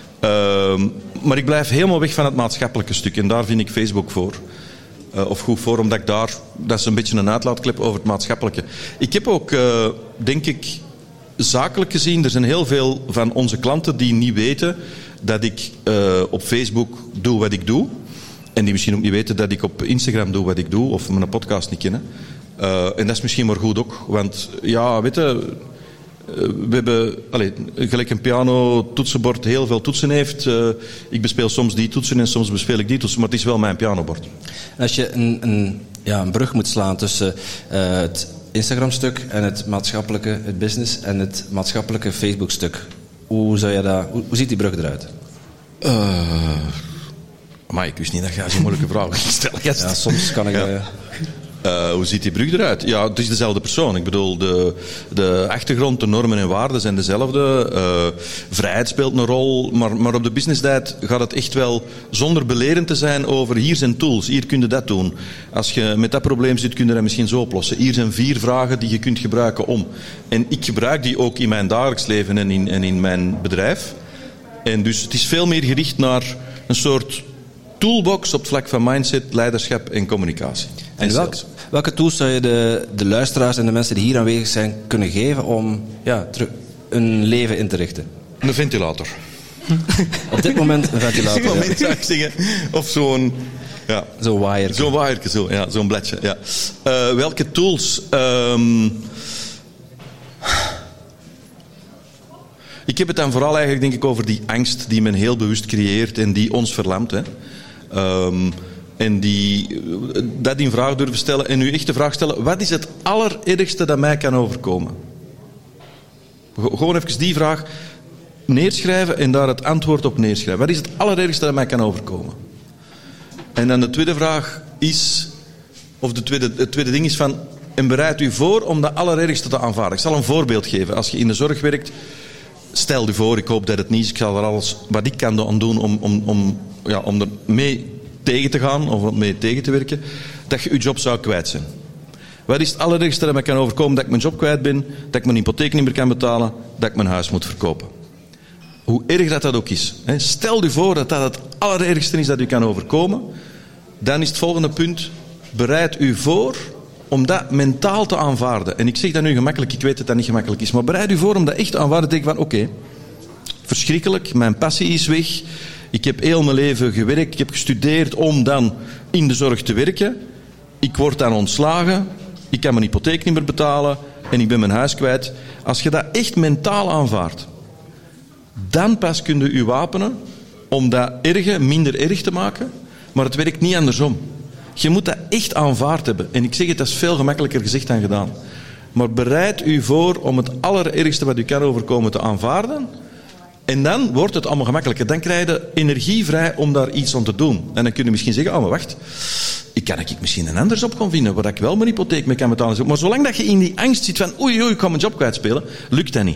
Uh, maar ik blijf helemaal weg van het maatschappelijke stuk en daar vind ik Facebook voor. Uh, of goed voor, omdat ik daar... Dat is een beetje een uitlaatklep over het maatschappelijke. Ik heb ook, uh, denk ik, zakelijk gezien, er zijn heel veel van onze klanten die niet weten dat ik uh, op Facebook doe wat ik doe. En die misschien ook niet weten dat ik op Instagram doe wat ik doe, of mijn podcast niet kennen. Uh, en dat is misschien maar goed ook, want ja, weet je, we hebben, allez, gelijk een piano-toetsenbord heel veel toetsen heeft. Uh, ik bespeel soms die toetsen en soms bespeel ik die toetsen, maar het is wel mijn pianobord. Als je een, een, ja, een brug moet slaan tussen uh, het Instagram-stuk en het maatschappelijke, het business en het maatschappelijke Facebook-stuk, hoe, zou je dat, hoe, hoe ziet die brug eruit? Uh, maar ik wist niet dat je zo'n moeilijke vragen stelt. Ja, soms kan ik... Ja. Uh, Uh, hoe ziet die brug eruit? Ja, het is dezelfde persoon. Ik bedoel, de, de achtergrond, de normen en waarden zijn dezelfde. Uh, vrijheid speelt een rol, maar, maar op de business-tijd gaat het echt wel zonder belerend te zijn over hier zijn tools, hier kun je dat doen. Als je met dat probleem zit, kun je dat misschien zo oplossen. Hier zijn vier vragen die je kunt gebruiken om. En ik gebruik die ook in mijn dagelijks leven en in, en in mijn bedrijf. En dus het is veel meer gericht naar een soort toolbox op het vlak van mindset, leiderschap en communicatie. En, en welk, welke tools zou je de, de luisteraars en de mensen die hier aanwezig zijn kunnen geven om ja, terug een leven in te richten? Een ventilator. Op dit moment een ventilator. Op dit moment zou ik zeggen. Of zo'n... Ja. Zo'n waaiertje. Zo'n waaiertje, zo, ja, zo'n bladje. Ja. Uh, welke tools... Um, ik heb het dan vooral eigenlijk denk ik over die angst die men heel bewust creëert en die ons verlamt. Hè. Um, en die dat in vraag durven stellen en nu echt de vraag stellen, wat is het allerergste dat mij kan overkomen? Gewoon even die vraag neerschrijven en daar het antwoord op neerschrijven. Wat is het allerergste dat mij kan overkomen? En dan de tweede vraag is, of de tweede, het tweede ding is van, en bereid u voor om dat allerergste te aanvaarden. Ik zal een voorbeeld geven. Als je in de zorg werkt, stel je voor, ik hoop dat het niet is, ik zal er alles wat ik kan aan doen om, om, om, ja, om er mee tegen te gaan, of mee tegen te werken, dat je je job zou kwijt zijn. Wat is het allerergste dat mij kan overkomen? Dat ik mijn job kwijt ben, dat ik mijn hypotheek niet meer kan betalen, dat ik mijn huis moet verkopen. Hoe erg dat dat ook is. Hè. Stel je voor dat dat het allerergste is dat u kan overkomen, dan is het volgende punt, bereid u voor om dat mentaal te aanvaarden. En ik zeg dat nu gemakkelijk, ik weet dat dat niet gemakkelijk is, maar bereid u voor om dat echt te aanvaarden. Denk van, oké, okay, verschrikkelijk, mijn passie is weg, ik heb heel mijn leven gewerkt, ik heb gestudeerd om dan in de zorg te werken, ik word dan ontslagen, ik kan mijn hypotheek niet meer betalen en ik ben mijn huis kwijt. Als je dat echt mentaal aanvaardt, dan pas kun je je wapenen om dat erge minder erg te maken, maar het werkt niet andersom. Je moet dat echt aanvaard hebben. En ik zeg het, dat is veel gemakkelijker gezegd dan gedaan. Maar bereid u voor om het allerergste wat u kan overkomen te aanvaarden. En dan wordt het allemaal gemakkelijker. Dan krijg je energie vrij om daar iets aan te doen. En dan kun je misschien zeggen, oh maar wacht, ik kan ik misschien een anders op gaan vinden, waar ik wel mijn hypotheek mee kan betalen. Maar zolang dat je in die angst zit van, oei oei, ik ga mijn job kwijtspelen, lukt dat niet.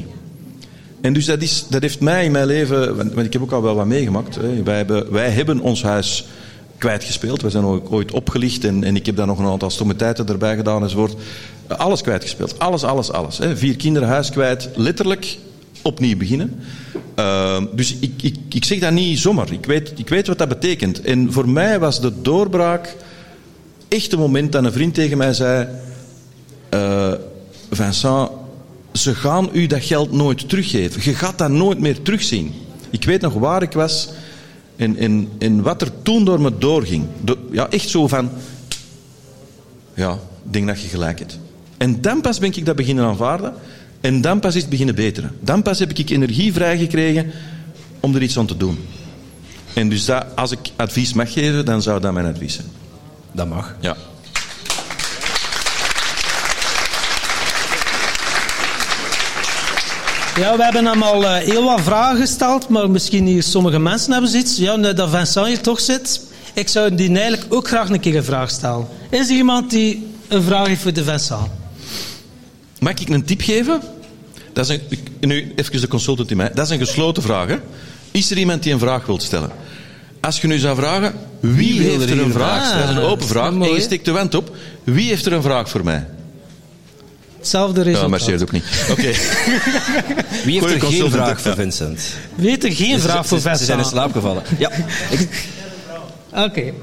En dus dat, is, dat heeft mij in mijn leven, want ik heb ook al wel wat meegemaakt. Hè. Wij, hebben, wij hebben ons huis kwijtgespeeld. We zijn ook ooit opgelicht en, en ik heb daar nog een aantal stommiteiten erbij gedaan enzovoort. Alles kwijtgespeeld. Alles, alles, alles. Hè. Vier kinderen, huis kwijt. Letterlijk opnieuw beginnen. Uh, dus ik, ik, ik zeg dat niet zomaar. Ik weet, ik weet wat dat betekent. En voor mij was de doorbraak echt een moment dat een vriend tegen mij zei, uh, Vincent, ze gaan u dat geld nooit teruggeven. Je gaat dat nooit meer terugzien. Ik weet nog waar ik was en, en, en wat er toen door me doorging. Do, ja, echt zo van, ja, ik denk dat je gelijk hebt. En dan pas ben ik dat beginnen aanvaarden. En dan pas is het beginnen beteren. Dan pas heb ik energie vrijgekregen om er iets aan te doen. En dus dat, als ik advies mag geven, dan zou dat mijn advies zijn. Dat mag. Ja. Ja, we hebben hem al uh, heel wat vragen gesteld, maar misschien hier sommige mensen hebben zoiets. Ja, nu dat Vincent hier toch zit, ik zou die eigenlijk ook graag een keer een vraag stellen. Is er iemand die een vraag heeft voor de Vincent? Mag ik een tip geven? Dat is een, nu even de consultant in mij. Dat is een gesloten vraag. Hè? Is er iemand die een vraag wilt stellen? Als je nu zou vragen, wie, wie heeft er een vraag? Ah, dat is een open vraag. En je steekt de wand op. Wie heeft er een vraag voor mij? Hetzelfde resultaat. Ja, marcheert ook niet. Oké. Okay. Wie heeft er geen vraag voor Vincent? Wie heeft er geen vraag voor Vincent? Ze zijn in slaap gevallen. Ja. Oké. Okay.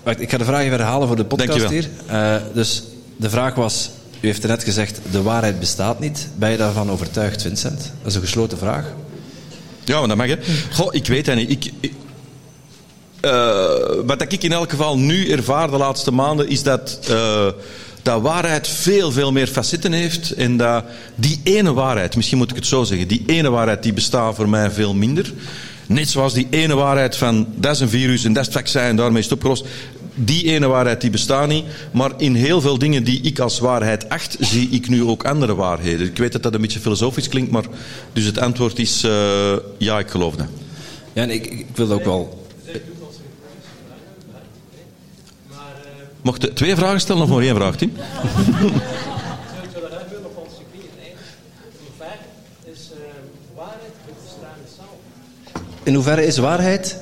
Wacht, ik ga de vraag even herhalen voor de podcast Dankjewel. hier. Uh, dus de vraag was, u heeft er net gezegd, de waarheid bestaat niet. Ben je daarvan overtuigd, Vincent? Dat is een gesloten vraag. Ja, maar dat mag, hè. Goh, ik weet het niet. Ik, ik, uh, wat ik in elk geval nu ervaar de laatste maanden, is dat, uh, dat waarheid veel, veel meer facetten heeft. En dat die ene waarheid, misschien moet ik het zo zeggen, die ene waarheid die bestaat voor mij veel minder. Net zoals die ene waarheid van, dat is een virus en dat is het vaccin en daarmee is het opgelost. Die ene waarheid die bestaat niet, maar in heel veel dingen die ik als waarheid acht, zie ik nu ook andere waarheden. Ik weet dat dat een beetje filosofisch klinkt, maar dus het antwoord is uh, ja, ik geloof dat. Ja, en ik, ik wil dat ook wel... Mocht je twee vragen stellen of maar één vraag, Tim? In hoeverre is waarheid?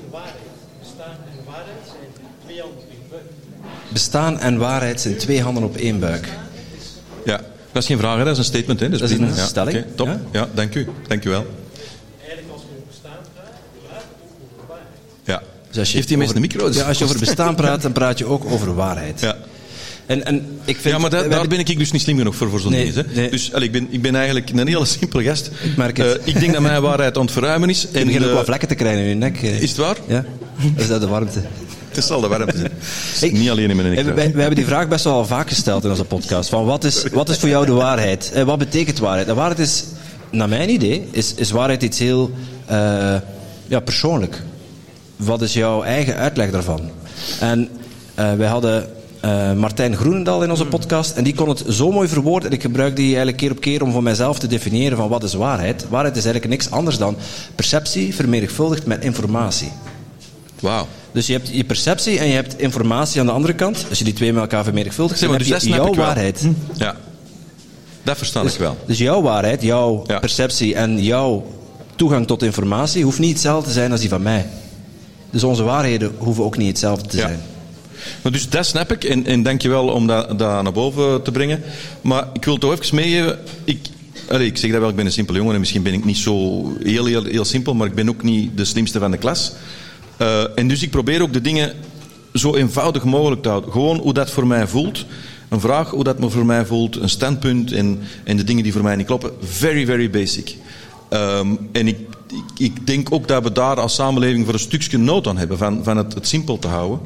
Bestaan en waarheid zijn twee handen op één buik. Ja, dat is geen vraag, hè? Dat is een statement. Hè? Dat is, dat is een ja, stelling. Okay, top. Ja? Ja, dank u. Dank u wel. Eigenlijk als je over bestaan praat, praat je over waarheid. Ja. Dus als je Heeft die mensen over, een micro? Ja, als je over bestaan praat, dan praat je ook over waarheid. Ja. En, en ik vind, ja, maar da- daar ben ik dus niet slim genoeg voor, voor zo'n nee, dingen. Hè? Nee. Dus allee, ik, ben, ik ben eigenlijk een hele simpele gast. Ik merk het. Uh, ik denk dat mijn waarheid aan het verruimen is. Je en begint ook uh, wel vlekken te krijgen in je nek. Is het waar? Ja, is dat de warmte? Het zal de warmte zijn. Ik, niet alleen in mijn nek. Wij, wij hebben die vraag best wel vaak gesteld in onze podcast. Van wat, is, wat is voor jou de waarheid? En wat betekent waarheid? De waarheid is, naar mijn idee, is, is waarheid iets heel uh, ja, persoonlijk. Wat is jouw eigen uitleg daarvan? En uh, wij hadden uh, Martijn Groenendal in onze podcast en die kon het zo mooi verwoorden. En ik gebruik die eigenlijk keer op keer om voor mijzelf te definiëren van wat is waarheid. Waarheid is eigenlijk niks anders dan perceptie vermenigvuldigd met informatie. Wauw. Dus je hebt je perceptie en je hebt informatie aan de andere kant. Als je die twee met elkaar vermenigvuldigt, dan dus heb je jouw waarheid. Hm. Ja, dat versta Dus, ik wel. dus jouw waarheid, jouw ja. perceptie en jouw toegang tot informatie hoeft niet hetzelfde te zijn als die van mij. Dus onze waarheden hoeven ook niet hetzelfde te ja. zijn. Maar dus dat snap ik en, en dank je wel om dat, dat naar boven te brengen. Maar ik wil toch even meegeven, ik, allez, ik zeg dat wel, ik ben een simpele jongen en misschien ben ik niet zo heel, heel, heel simpel, maar ik ben ook niet de slimste van de klas. Uh, en dus ik probeer ook de dingen zo eenvoudig mogelijk te houden. Gewoon hoe dat voor mij voelt. Een vraag hoe dat me voor mij voelt. Een standpunt en, en de dingen die voor mij niet kloppen. Very, very basic. Um, en ik, ik, ik denk ook dat we daar als samenleving voor een stukje nood aan hebben. Van, van het, het simpel te houden.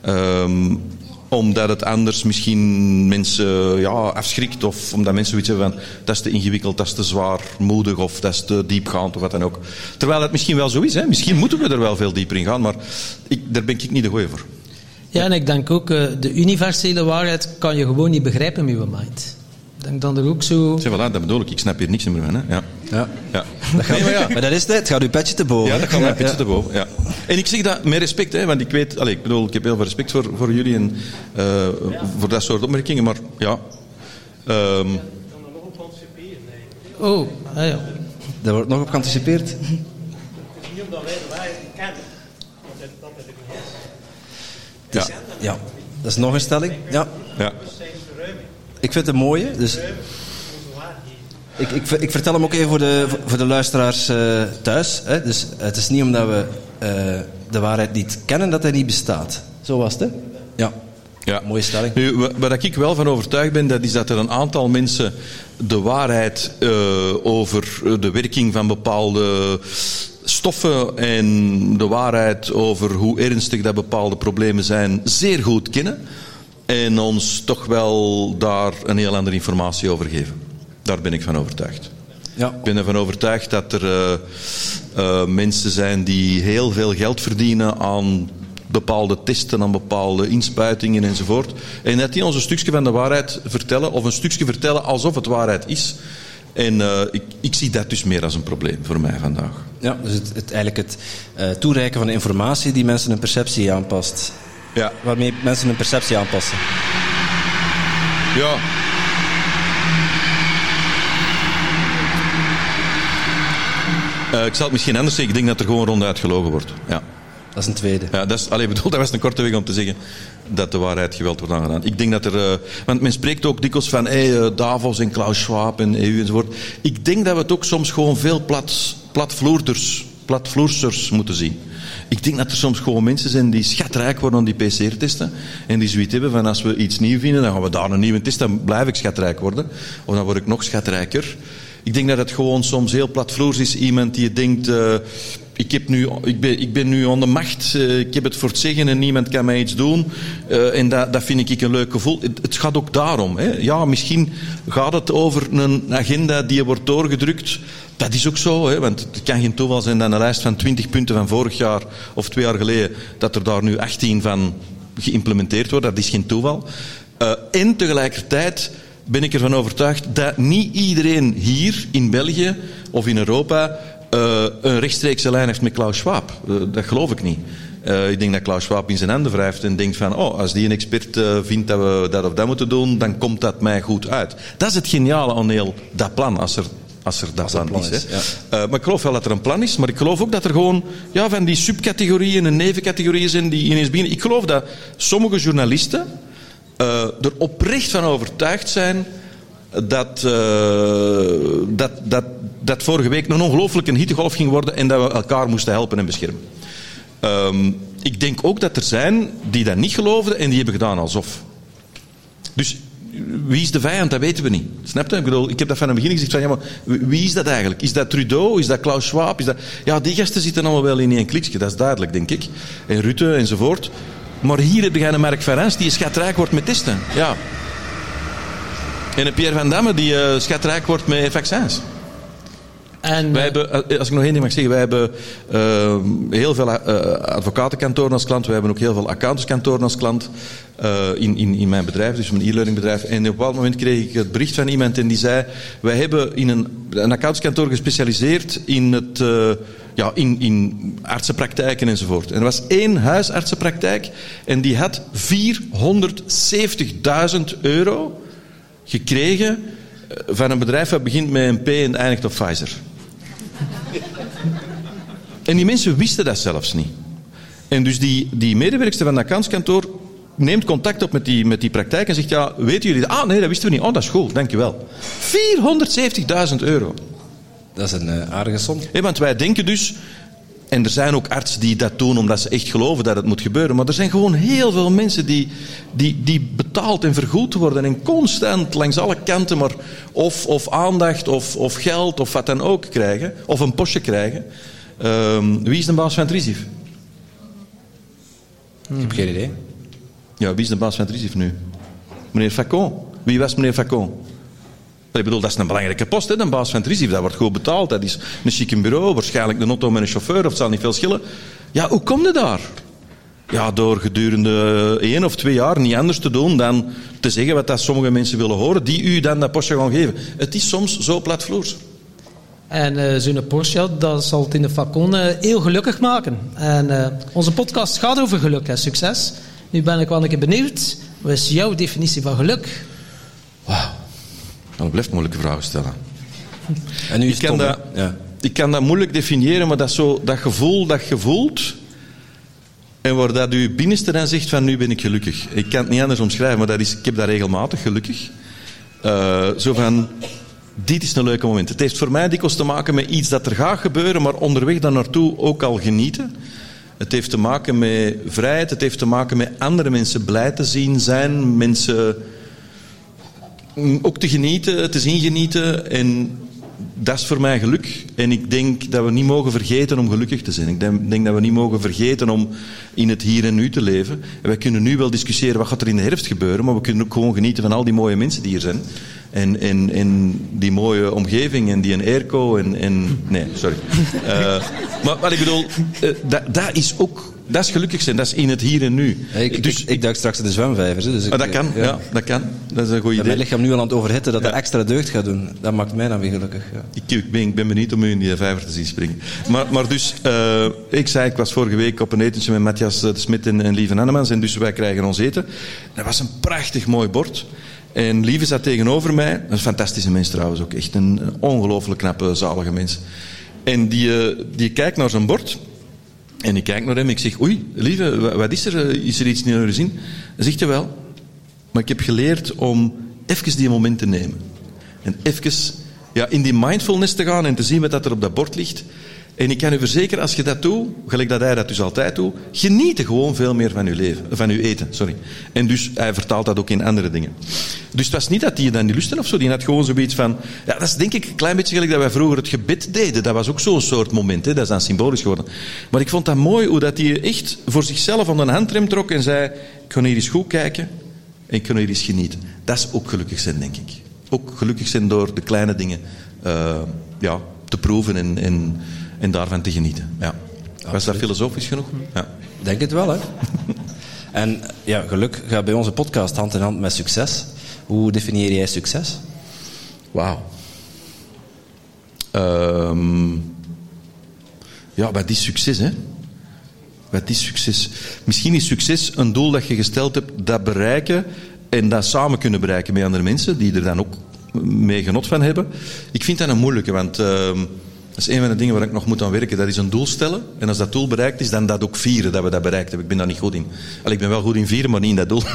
Um, omdat het anders misschien mensen ja, afschrikt. Of omdat mensen zoiets hebben van dat is te ingewikkeld, dat is te zwaarmoedig of dat is te diepgaand of wat dan ook. Terwijl het misschien wel zo is. Hè. Misschien moeten we er wel veel dieper in gaan. Maar ik, daar ben ik niet de goeie voor. Ja, en ik denk ook, uh, de universele waarheid kan je gewoon niet begrijpen met je mind. Ik denk dan er ook zo... Zeg, voilà, dat bedoel ik. Ik snap hier niks meer van. Hè. Ja. Ja. Ja. Dat gaat, nee, maar, ja. maar dat is het. Het gaat uw petje te boven. Ja, dat gaat mijn petje ja. te boven. Ja. En ik zeg dat met respect, hè, want ik weet... Allez, ik bedoel, ik heb heel veel respect voor, voor jullie en uh, voor dat soort opmerkingen, maar ja... Um, kan er nog op anticiperen, nee. Oh, ah ja. Daar wordt nog op geanticipeerd. Het is niet omdat wij de waarheid niet kennen, dat het, dat het er niet is. ja. Ja, dat is nog een stelling. Ja. Ja. Ik vind het een mooie. Dus ik, ik, ik vertel hem ook even voor de, voor de luisteraars uh, thuis. Hè. Dus het is niet omdat we uh, de waarheid niet kennen dat hij niet bestaat. Zo was het, hè? Ja. Ja. Mooie stelling. Nu, waar ik wel van overtuigd ben, dat is dat er een aantal mensen de waarheid uh, over de werking van bepaalde stoffen en de waarheid over hoe ernstig dat bepaalde problemen zijn, zeer goed kennen. En ons toch wel daar een heel andere informatie over geven. Daar ben ik van overtuigd. Ja. Ik ben ervan overtuigd dat er uh, uh, mensen zijn die heel veel geld verdienen aan bepaalde testen, aan bepaalde inspuitingen enzovoort. En dat die ons een stukje van de waarheid vertellen, of een stukje vertellen alsof het waarheid is. En uh, ik, ik zie dat dus meer als een probleem voor mij vandaag. Ja, dus het, het, eigenlijk het uh, toereiken van de informatie die mensen hun perceptie aanpast. Ja. Waarmee mensen hun perceptie aanpassen. Ja. Uh, ik zal het misschien anders zeggen. Ik denk dat er gewoon ronduit gelogen wordt. Ja. Dat is een tweede. Ja, dat is, allee, bedoel, dat was een korte weg om te zeggen dat de waarheid geweld wordt aangedaan. Ik denk dat er... Uh, want men spreekt ook dikwijls van hey, uh, Davos en Klaus Schwab en E U enzovoort. Ik denk dat we het ook soms gewoon veel plat, platvloerders platvloersers moeten zien. Ik denk dat er soms gewoon mensen zijn die schatrijk worden aan die P C R-testen. En die zoiets hebben van als we iets nieuw vinden, dan gaan we daar een nieuwe test, dan blijf ik schatrijk worden. Of dan word ik nog schatrijker. Ik denk dat het gewoon soms heel platvloers is. Iemand die denkt, uh, ik, heb nu, ik, ben, ik ben nu aan de macht, uh, ik heb het voor het zeggen en niemand kan mij iets doen. Uh, en dat, dat vind ik een leuk gevoel. Het, het gaat ook daarom. Hè. Ja, misschien gaat het over een agenda die wordt doorgedrukt. Dat is ook zo, hè, want het kan geen toeval zijn dat een lijst van twintig punten van vorig jaar of twee jaar geleden, dat er daar nu achttien van geïmplementeerd wordt. Dat is geen toeval. Uh, en tegelijkertijd ben ik ervan overtuigd dat niet iedereen hier in België of in Europa uh, een rechtstreekse lijn heeft met Klaus Schwab. Uh, dat geloof ik niet. Uh, ik denk dat Klaus Schwab in zijn handen wrijft en denkt van, oh, als die een expert uh, vindt dat we dat of dat moeten doen, dan komt dat mij goed uit. Dat is het geniale aan heel dat plan, als er Als er dat plan is. is hè. Ja. Uh, maar ik geloof wel dat er een plan is, maar ik geloof ook dat er gewoon ja, van die subcategorieën en nevencategorieën zijn die ineens beginnen. Ik geloof dat sommige journalisten uh, er oprecht van overtuigd zijn dat, uh, dat, dat, dat vorige week een ongelooflijke hittegolf ging worden en dat we elkaar moesten helpen en beschermen. Um, ik denk ook dat er zijn die dat niet geloofden en die hebben gedaan alsof. Dus wie is de vijand, dat weten we niet. Snap je? Ik bedoel, ik heb dat van het begin gezegd van, ja, maar wie is dat eigenlijk? Is dat Trudeau? Is dat Klaus Schwab? Is dat... Ja, die gasten zitten allemaal wel in één kliksje, dat is duidelijk, denk ik. En Rutte enzovoort. Maar hier heb je een Mark van Rens die schatrijk wordt met testen. Ja. En een Pierre van Damme die uh, schatrijk wordt met vaccins. En, wij hebben, als ik nog één ding mag zeggen, wij hebben uh, heel veel uh, advocatenkantoren als klant, wij hebben ook heel veel accountantskantoren als klant uh, in, in, in mijn bedrijf, dus mijn e-learning bedrijf. En op een bepaald moment kreeg ik het bericht van iemand en die zei, wij hebben in een, een accountantskantoor gespecialiseerd in het... Uh, Ja, in, in artsenpraktijken enzovoort. En er was één huisartsenpraktijk en die had vierhonderdzeventigduizend euro gekregen van een bedrijf dat begint met een P en eindigt op Pfizer. En die mensen wisten dat zelfs niet. En dus die, die medewerkster van dat accountantskantoor neemt contact op met die, met die praktijk en zegt, ja, weten jullie dat? Ah, nee, dat wisten we niet. Oh, dat is goed, dankjewel. vierhonderdzeventigduizend euro. Dat is een uh, aardige som. Hey, want wij denken dus, en er zijn ook artsen die dat doen omdat ze echt geloven dat het moet gebeuren, maar er zijn gewoon heel veel mensen die, die, die betaald en vergoed worden en constant langs alle kanten maar of, of aandacht of, of geld of wat dan ook krijgen, of een postje krijgen. Um, wie is de baas van het RISIF? Ik heb geen idee. Ja, wie is de baas van het RISIF nu? Meneer Facon. Wie was meneer Facon? Ik bedoel, dat is een belangrijke post, hè, de baas van het RISIF. Dat wordt goed betaald. Dat is een chic bureau, waarschijnlijk een auto met een chauffeur, of het zal niet veel schillen. Ja, hoe kom je daar? Ja, door gedurende één of twee jaar niet anders te doen dan te zeggen wat dat sommige mensen willen horen, die u dan dat postje gaan geven. Het is soms zo platvloers. En uh, zo'n Porsche, dat zal het in de Facon uh, heel gelukkig maken. En uh, onze podcast gaat over geluk en succes. Nu ben ik wel een keer benieuwd. Wat is jouw definitie van geluk? Wauw. Dat blijft moeilijke vragen stellen. En nu is ik, kan dat, ja. ik kan dat moeilijk definiëren, maar dat, zo, dat gevoel dat je voelt en waar dat je binnenste dan zegt van nu ben ik gelukkig. Ik kan het niet anders omschrijven, maar dat is, ik heb dat regelmatig, gelukkig. Uh, zo van, dit is een leuke moment. Het heeft voor mij dikwijls te maken met iets dat er gaat gebeuren, maar onderweg daar naartoe ook al genieten. Het heeft te maken met vrijheid, het heeft te maken met andere mensen blij te zien zijn, mensen ook te genieten, te zien genieten. En dat is voor mij geluk. En ik denk dat we niet mogen vergeten om gelukkig te zijn. Ik denk, denk dat we niet mogen vergeten om in het hier en nu te leven. En wij kunnen nu wel discussiëren wat gaat er in de herfst gebeuren, maar we kunnen ook gewoon genieten van al die mooie mensen die hier zijn. En, en, en die mooie omgeving en die een airco en... en nee, sorry. Uh, maar wat ik bedoel, uh, dat, dat is ook... Dat is gelukkig zijn, dat is in het hier en nu. Ja, ik, dus, ik, ik duik straks in de zwemvijvers. Dus ik, oh, dat kan, ja. ja, dat kan. Dat is een goed idee. Mijn lichaam nu al aan het overhitten dat ja. dat extra deugd gaat doen. Dat maakt mij dan weer gelukkig. Ja. Ik, ik, ben, ik ben benieuwd om u in die vijver te zien springen. Maar, maar dus, uh, ik zei, ik was vorige week op een etentje met Matthias de Smit en, en Lieve Annemans. En dus wij krijgen ons eten. Dat was een prachtig mooi bord. En Lieve zat tegenover mij. Een fantastische mens trouwens ook. Echt een, een ongelooflijk knappe, zalige mens. En die, uh, die kijkt naar zijn bord. En ik kijk naar hem en ik zeg, oei, Lieve, wat is er? Is er iets niet naar je zin? Dan zegt hij wel, maar ik heb geleerd om even die moment te nemen. En even ja, in die mindfulness te gaan en te zien wat er op dat bord ligt. En ik kan u verzekeren, als je dat doet, gelijk dat hij dat dus altijd doet, geniet gewoon veel meer van uw leven, van uw eten, sorry. En dus, hij vertaalt dat ook in andere dingen. Dus het was niet dat hij dan niet lustte of zo, die had gewoon zoiets van, ja, dat is denk ik een klein beetje gelijk dat wij vroeger het gebed deden. Dat was ook zo'n soort moment, hè. Dat is dan symbolisch geworden. Maar ik vond dat mooi, hoe dat hij echt voor zichzelf aan de handrem trok en zei, ik ga hier eens goed kijken en ik ga hier eens genieten. Dat is ook gelukkig zijn, denk ik. Ook gelukkig zijn door de kleine dingen uh, ja, te proeven en, en, en daarvan te genieten. Ja. Was dat filosofisch genoeg? Ja. Denk het wel, hè. En ja, geluk gaat bij onze podcast hand in hand met succes. Hoe definieer jij succes? Wauw. Um, ja, wat is succes, hè? Wat is succes? Misschien is succes een doel dat je gesteld hebt, dat bereiken en dat samen kunnen bereiken met andere mensen, die er dan ook mee genot van hebben. Ik vind dat een moeilijke, want uh, dat is een van de dingen waar ik nog moet aan werken. Dat is een doel stellen. En als dat doel bereikt is, dan dat ook vieren, dat we dat bereikt hebben. Ik ben daar niet goed in. Allee, ik ben wel goed in vieren, maar niet in dat doel.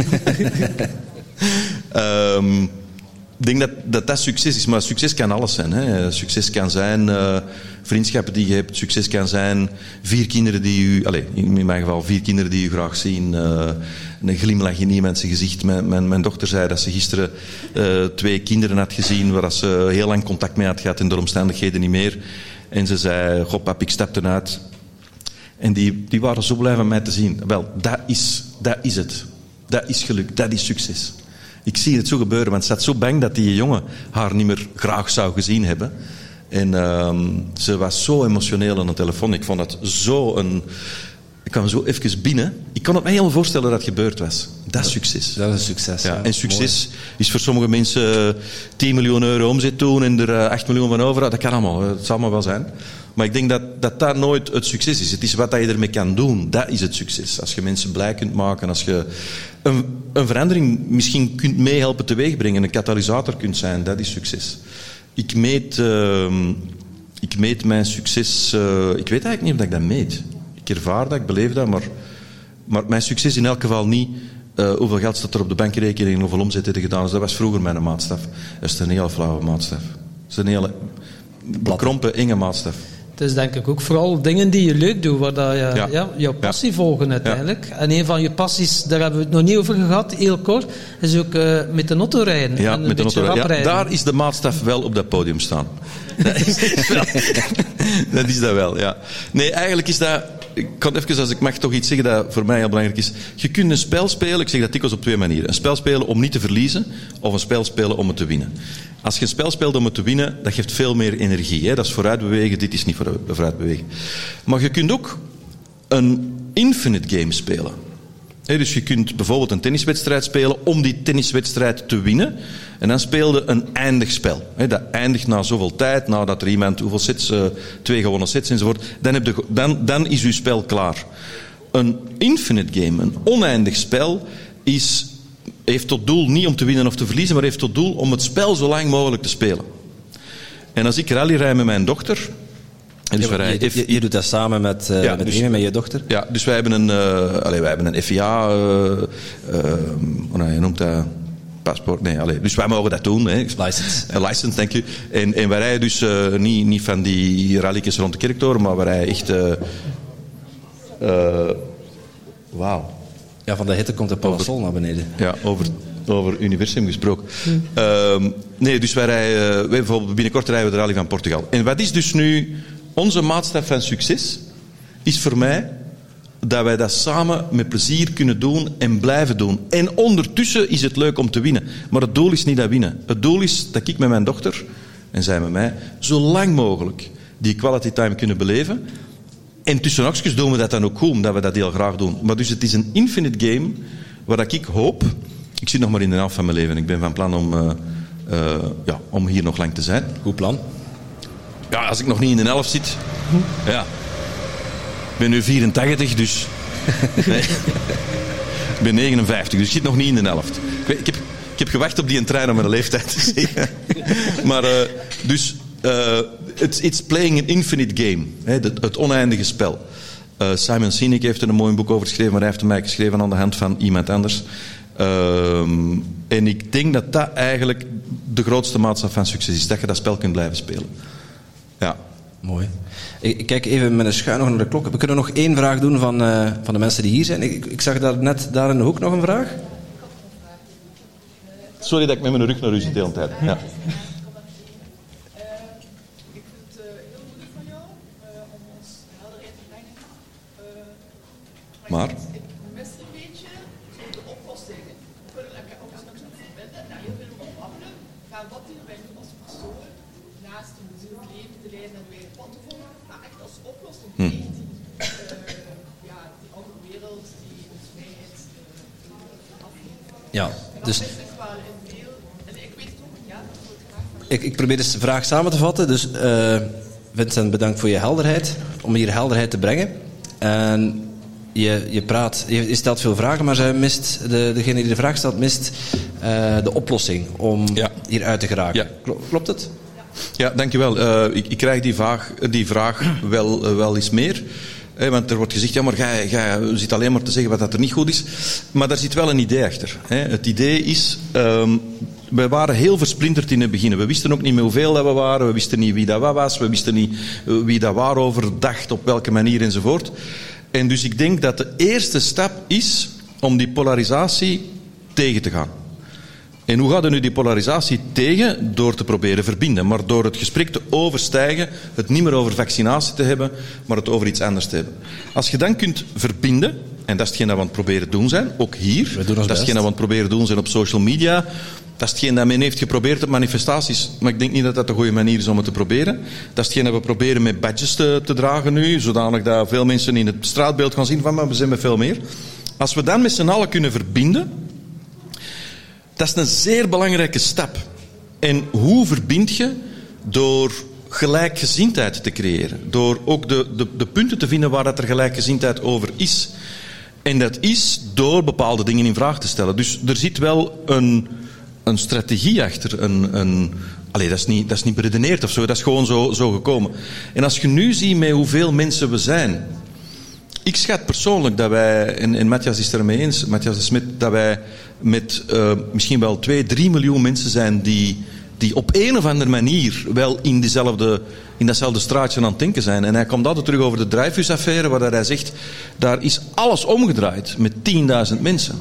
um, ik denk dat, dat dat succes is. Maar succes kan alles zijn. Hè. Succes kan zijn uh, vriendschappen die je hebt. Succes kan zijn vier kinderen die u... Allez, in mijn geval vier kinderen die u graag zien. Uh, een glimlach in iemand zijn gezicht. Mijn, mijn, mijn dochter zei dat ze gisteren uh, twee kinderen had gezien waar ze heel lang contact mee had gehad en door omstandigheden niet meer. En ze zei, goh pap, ik stap eruit. En die, die waren zo blij van mij te zien. Wel, dat is, dat is het. Dat is geluk. Dat is succes. Ik zie het zo gebeuren, want ze zat zo bang dat die jongen haar niet meer graag zou gezien hebben. En uh, ze was zo emotioneel aan de telefoon. Ik vond het zo een... Ik kwam zo even binnen. Ik kon het me helemaal voorstellen dat het gebeurd was. Dat is succes. Dat is een succes. Ja, ja. En succes Mooi. Is voor sommige mensen tien miljoen euro omzet doen en er uh, acht miljoen van over. Dat kan allemaal. Het zal allemaal wel zijn. Maar ik denk dat, dat dat nooit het succes is. Het is wat je ermee kan doen. Dat is het succes. Als je mensen blij kunt maken. Als je een, een verandering misschien kunt meehelpen teweegbrengen. Een katalysator kunt zijn. Dat is succes. Ik meet, uh, ik meet mijn succes... Uh, ik weet eigenlijk niet of ik dat meet. Ik ervaar dat, ik beleef dat. Maar, maar mijn succes in elk geval niet... Uh, hoeveel geld staat er op de bankrekening en hoeveel omzet heb je gedaan. Dus dat was vroeger mijn maatstaf. Dat is een hele flauwe maatstaf. Dat is een hele bekrompen, enge maatstaf. Het is denk ik ook vooral dingen die je leuk doet, waar dat je, ja. Ja, jouw passie ja. volgen uiteindelijk. Ja. En een van je passies, daar hebben we het nog niet over gehad, heel kort, is ook uh, met de auto rijden. Ja, en een met de auto rijden. Ja, daar is de maatstaf wel op dat podium staan. dat, is wel, dat is dat wel, ja. Nee, eigenlijk is dat... Ik kan even, als ik mag toch iets zeggen dat voor mij heel belangrijk is. Je kunt een spel spelen, ik zeg dat dikwijls op twee manieren. Een spel spelen om niet te verliezen, of een spel spelen om het te winnen. Als je een spel speelt om het te winnen, dat geeft veel meer energie. Hè? Dat is vooruitbewegen, dit is niet vooruitbewegen. Maar je kunt ook een infinite game spelen. He, dus je kunt bijvoorbeeld een tenniswedstrijd spelen om die tenniswedstrijd te winnen. En dan speel je een eindig spel. He, dat eindigt na zoveel tijd, nadat er iemand hoeveel sets, uh, twee gewonnen sets enzovoort. Dan, heb je, dan, dan is je spel klaar. Een infinite game, een oneindig spel, is, heeft tot doel niet om te winnen of te verliezen, maar heeft tot doel om het spel zo lang mogelijk te spelen. En als ik rally rijd met mijn dochter... Dus ja, je, je, je doet dat samen met, uh, ja, met, dus, met je dochter? Ja, dus wij hebben een, uh, allez, wij hebben een F I A, uh, uh, hoe je noemt dat, paspoort, nee, allez, dus wij mogen dat doen. Hè. License. Uh, license, denk je. En, en wij rijden dus uh, niet, niet van die rally's rond de kerktoren, maar wij rijden echt, uh, uh, wauw. Ja, van de hitte komt de parasol naar beneden. Ja, over... Over Universum gesproken. Hmm. Uh, nee, dus wij rijden, wij bijvoorbeeld binnenkort rijden we de rally van Portugal. En wat is dus nu onze maatstaf van succes? Is voor mij dat wij dat samen met plezier kunnen doen en blijven doen. En ondertussen is het leuk om te winnen. Maar het doel is niet dat winnen. Het doel is dat ik met mijn dochter, en zij met mij, zo lang mogelijk die quality time kunnen beleven. En tussen haakjes doen we dat dan ook goed, omdat we dat heel graag doen. Maar dus het is een infinite game waar ik hoop... Ik zit nog maar in de helft van mijn leven. Ik ben van plan om, uh, uh, ja, om hier nog lang te zijn. Goed plan. Ja, als ik nog niet in de helft zit... Ja. Ik ben nu vierentachtig, dus... Nee. Ik ben negenenvijftig, dus ik zit nog niet in de helft. Ik, weet, ik, heb, ik heb gewacht op die trein om mijn leeftijd te zeggen. Maar, uh, dus... Uh, it's, it's playing an infinite game. Hè, het, het oneindige spel. Uh, Simon Sinek heeft er een mooi boek over geschreven, maar hij heeft hem eigenlijk geschreven aan de hand van iemand anders... Um, en ik denk dat dat eigenlijk de grootste maatstaf van succes is. Dat je dat spel kunt blijven spelen. Ja. Mooi. Ik, ik kijk even met een schuin nog naar de klok. We kunnen nog één vraag doen van, uh, van de mensen die hier zijn. Ik, ik zag daar net daar in de hoek nog een vraag. Sorry dat ik met mijn rug naar u zit de hele tijd. Ja. Maar? Ik mis een beetje de oplossingen. We kunnen elkaar ook nog verbinden. Nou, heel veel opwachten. Gaan wat die bij als persoon naast een zielig leven te leiden en weer een pad te volgen, maar echt als oplossing hm. die, uh, ja, die andere wereld, die ons vrijheid uh, afneemt. Ja, dus... Dat is echt wel in veel, en ik weet het ook niet, ja, dat wil ik graag van. Ik, ik probeer dus de vraag samen te vatten. Dus uh, Vincent, bedankt voor je helderheid. Om hier helderheid te brengen. En... Je, je, praat, je, je stelt veel vragen, maar zij mist, de, degene die de vraag stelt, mist uh, de oplossing om ja. hier uit te geraken. Ja. Klopt het? Ja, dankjewel. Uh, ik, ik krijg die vraag, die vraag wel, uh, wel eens meer. Eh, want er wordt gezegd, ja, maar jij, jij zit alleen maar te zeggen wat dat er niet goed is. Maar daar zit wel een idee achter. Hè. Het idee is... Um, we waren heel versplinterd in het begin. We wisten ook niet meer hoeveel dat we waren. We wisten niet wie dat was. We wisten niet wie dat waarover dacht, op welke manier enzovoort. En dus ik denk dat de eerste stap is om die polarisatie tegen te gaan. En hoe gaat er nu die polarisatie tegen? Door te proberen verbinden. Maar door het gesprek te overstijgen, het niet meer over vaccinatie te hebben, maar het over iets anders te hebben. Als je dan kunt verbinden, en dat is hetgeen dat we aan het proberen doen zijn, ook hier, dat is hetgeen dat we aan het proberen doen zijn op social media, dat is hetgeen dat men heeft geprobeerd op manifestaties, maar ik denk niet dat dat de goede manier is om het te proberen. Dat is hetgeen dat we proberen met badges te, te dragen nu, zodanig dat veel mensen in het straatbeeld gaan zien van, maar we zijn met veel meer. Als we dan met z'n allen kunnen verbinden, dat is een zeer belangrijke stap. En hoe verbind je? Door gelijkgezindheid te creëren. Door ook de, de, de punten te vinden waar dat er gelijkgezindheid over is. En dat is door bepaalde dingen in vraag te stellen. Dus er zit wel een, een strategie achter. Een, een, allee, dat is niet, dat is niet beredeneerd of zo. Dat is gewoon zo, zo gekomen. En als je nu ziet met hoeveel mensen we zijn. Ik schat persoonlijk dat wij, en, en Matthias is het ermee eens, Matthias de Smet, dat wij met uh, misschien wel twee, drie miljoen mensen zijn die, die op een of andere manier wel in, diezelfde, in datzelfde straatje aan het denken zijn. En hij komt altijd terug over de Dreyfus-affaire, waar hij zegt, daar is alles omgedraaid met tienduizend mensen.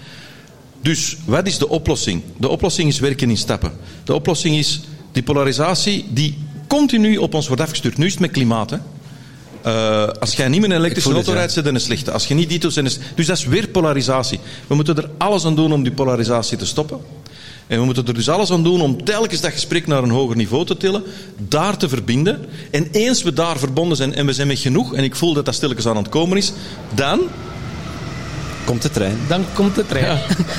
Dus wat is de oplossing? De oplossing is werken in stappen. De oplossing is die polarisatie die continu op ons wordt afgestuurd. Nu is het met klimaat, hè. Uh, als jij niet met een elektrische auto rijdt, zit er een slechte. Als je niet die doet, zijn er... Dus dat is weer polarisatie. We moeten er alles aan doen om die polarisatie te stoppen. En we moeten er dus alles aan doen om telkens dat gesprek naar een hoger niveau te tillen, daar te verbinden. En eens we daar verbonden zijn en we zijn met genoeg, en ik voel dat dat stilletjes aan het komen is, dan... Komt de trein. Dan komt de trein.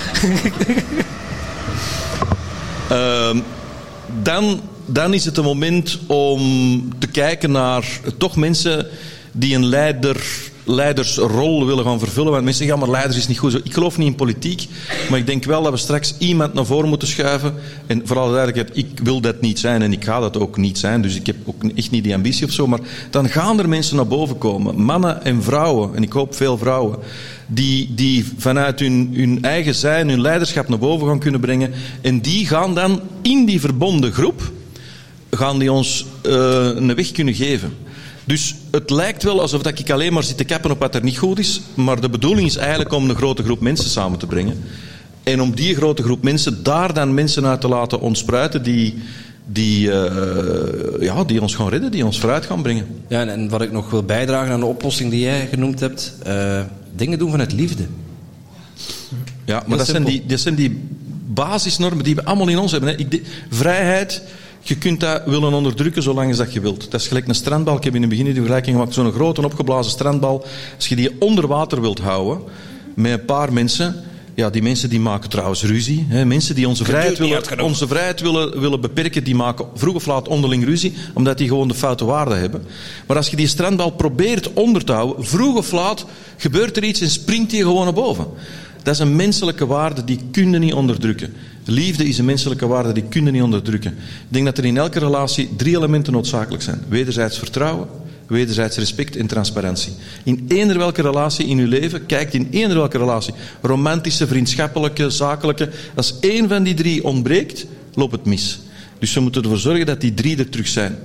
Ja. uh, dan... Dan is het een moment om te kijken naar toch mensen die een leider, leidersrol willen gaan vervullen. Want mensen zeggen, ja, maar leiders is niet goed. Ik geloof niet in politiek, maar ik denk wel dat we straks iemand naar voren moeten schuiven. En vooral duidelijkheid, ik wil dat niet zijn en ik ga dat ook niet zijn. Dus ik heb ook echt niet die ambitie of zo. Maar dan gaan er mensen naar boven komen. Mannen en vrouwen, en ik hoop veel vrouwen, die, die vanuit hun, hun eigen zijn, hun leiderschap naar boven gaan kunnen brengen. En die gaan dan in die verbonden groep, gaan die ons uh, een weg kunnen geven. Dus het lijkt wel alsof dat ik alleen maar zit te kappen op wat er niet goed is, maar de bedoeling is eigenlijk om een grote groep mensen samen te brengen. En om die grote groep mensen, daar dan mensen uit te laten ontspruiten die, die, uh, ja, die ons gaan redden, die ons vooruit gaan brengen. Ja, en, en wat ik nog wil bijdragen aan de oplossing die jij genoemd hebt, uh, dingen doen vanuit liefde. Ja, maar dat zijn, die, dat zijn die basisnormen die we allemaal in ons hebben. Hè. Ik, de, vrijheid... Je kunt dat willen onderdrukken zolang als dat je wilt. Dat is gelijk een strandbal. Ik heb in het begin die vergelijking gemaakt. Zo'n grote opgeblazen strandbal. Als je die onder water wilt houden, met een paar mensen... Ja, die mensen die maken trouwens ruzie. Hè. Mensen die onze vrijheid, willen, onze vrijheid willen, willen beperken, die maken vroeg of laat onderling ruzie, omdat die gewoon de foute waarde hebben. Maar als je die strandbal probeert onder te houden, vroeg of laat gebeurt er iets en springt die gewoon naar boven. Dat is een menselijke waarde, die kun je niet onderdrukken. Liefde is een menselijke waarde, die kun je niet onderdrukken. Ik denk dat er in elke relatie drie elementen noodzakelijk zijn. Wederzijds vertrouwen, wederzijds respect en transparantie. In eender welke relatie in uw leven, kijkt in eender welke relatie, romantische, vriendschappelijke, zakelijke, als één van die drie ontbreekt, loopt het mis. Dus we moeten ervoor zorgen dat die drie er terug zijn.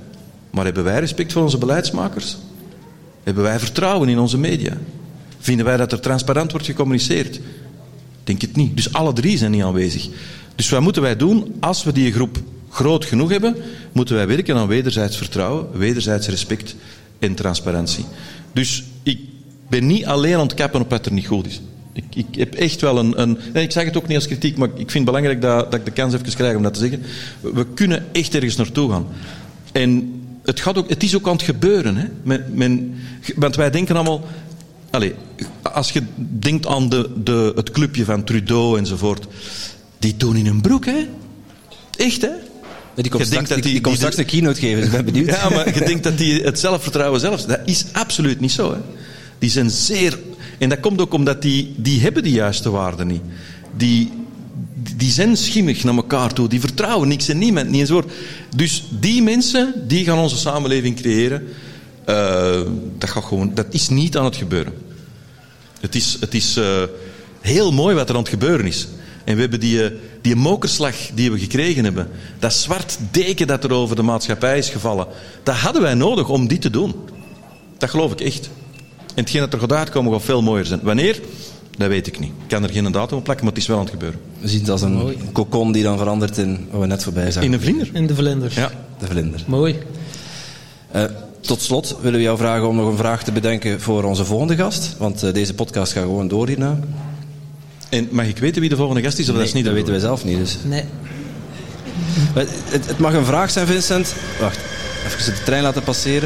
Maar hebben wij respect voor onze beleidsmakers? Hebben wij vertrouwen in onze media? Vinden wij dat er transparant wordt gecommuniceerd? Ik denk het niet. Dus alle drie zijn niet aanwezig. Dus wat moeten wij doen? Als we die groep groot genoeg hebben, moeten wij werken aan wederzijds vertrouwen, wederzijds respect en transparantie. Dus ik ben niet alleen aan het kappen op wat er niet goed is. Ik, ik heb echt wel een... een en ik zeg het ook niet als kritiek, maar ik vind het belangrijk dat, dat ik de kans even krijg om dat te zeggen. We kunnen echt ergens naartoe gaan. En het, gaat ook, het is ook aan het gebeuren. Hè? Men, men, want wij denken allemaal... Allez, als je denkt aan de, de, het clubje van Trudeau enzovoort, die doen in hun broek, hè? Echt, hè? Die komt straks, die, die, die komt straks een keynote geven, dus ik ben benieuwd. Ja, maar je denkt dat die het zelfvertrouwen zelf... Dat is absoluut niet zo, hè? Die zijn zeer... En dat komt ook omdat die, die hebben die juiste waarden niet. Die, die zijn schimmig naar elkaar toe. Die vertrouwen niks en niemand, niet eens woord. Dus die mensen, die gaan onze samenleving creëren. Uh, dat, gaat gewoon, dat is niet aan het gebeuren. Het is, het is uh, heel mooi wat er aan het gebeuren is. En we hebben die, die mokerslag die we gekregen hebben, dat zwart deken dat er over de maatschappij is gevallen, dat hadden wij nodig om die te doen. Dat geloof ik echt. En hetgeen dat er gaat uitkomen gaat veel mooier zijn. Wanneer? Dat weet ik niet. Ik kan er geen datum op plakken, maar het is wel aan het gebeuren. We zien het als een mooi kokon die dan verandert in wat we net voorbij zagen. In een vlinder. In de vlinder. Ja. De vlinder. Mooi. Uh, tot slot willen we jou vragen om nog een vraag te bedenken voor onze volgende gast. Want uh, deze podcast gaat gewoon door hierna. En mag ik weten wie de volgende gast is? Of nee, dat is niet dat de weten wij zelf niet. Dus. Nee. Het, het, het mag een vraag zijn, Vincent. Wacht, even de trein laten passeren.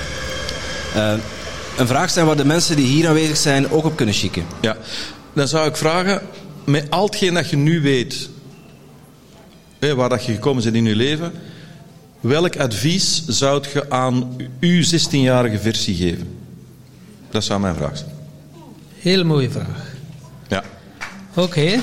Uh, een vraag zijn waar de mensen die hier aanwezig zijn ook op kunnen chicken. Ja, dan zou ik vragen, met al hetgeen dat je nu weet, hè, waar dat je gekomen bent in je leven, welk advies zou je aan uw zestienjarige versie geven? Dat zou mijn vraag zijn. Hele mooie vraag. Ja. Oké. Okay.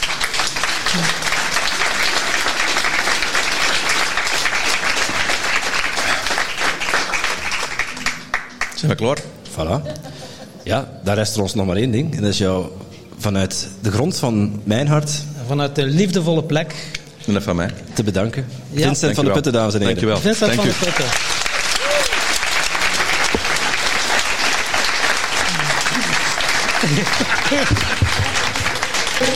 Zijn we klaar? Voilà. Ja, daar rest er ons nog maar één ding. En dat is jou vanuit de grond van mijn hart... Vanuit de liefdevolle plek... En dat van mij. ...te bedanken. Ja. Vincent van de Putten, dames en heren. Dank je wel. Vincent Dank van u. de Putten. Thank you.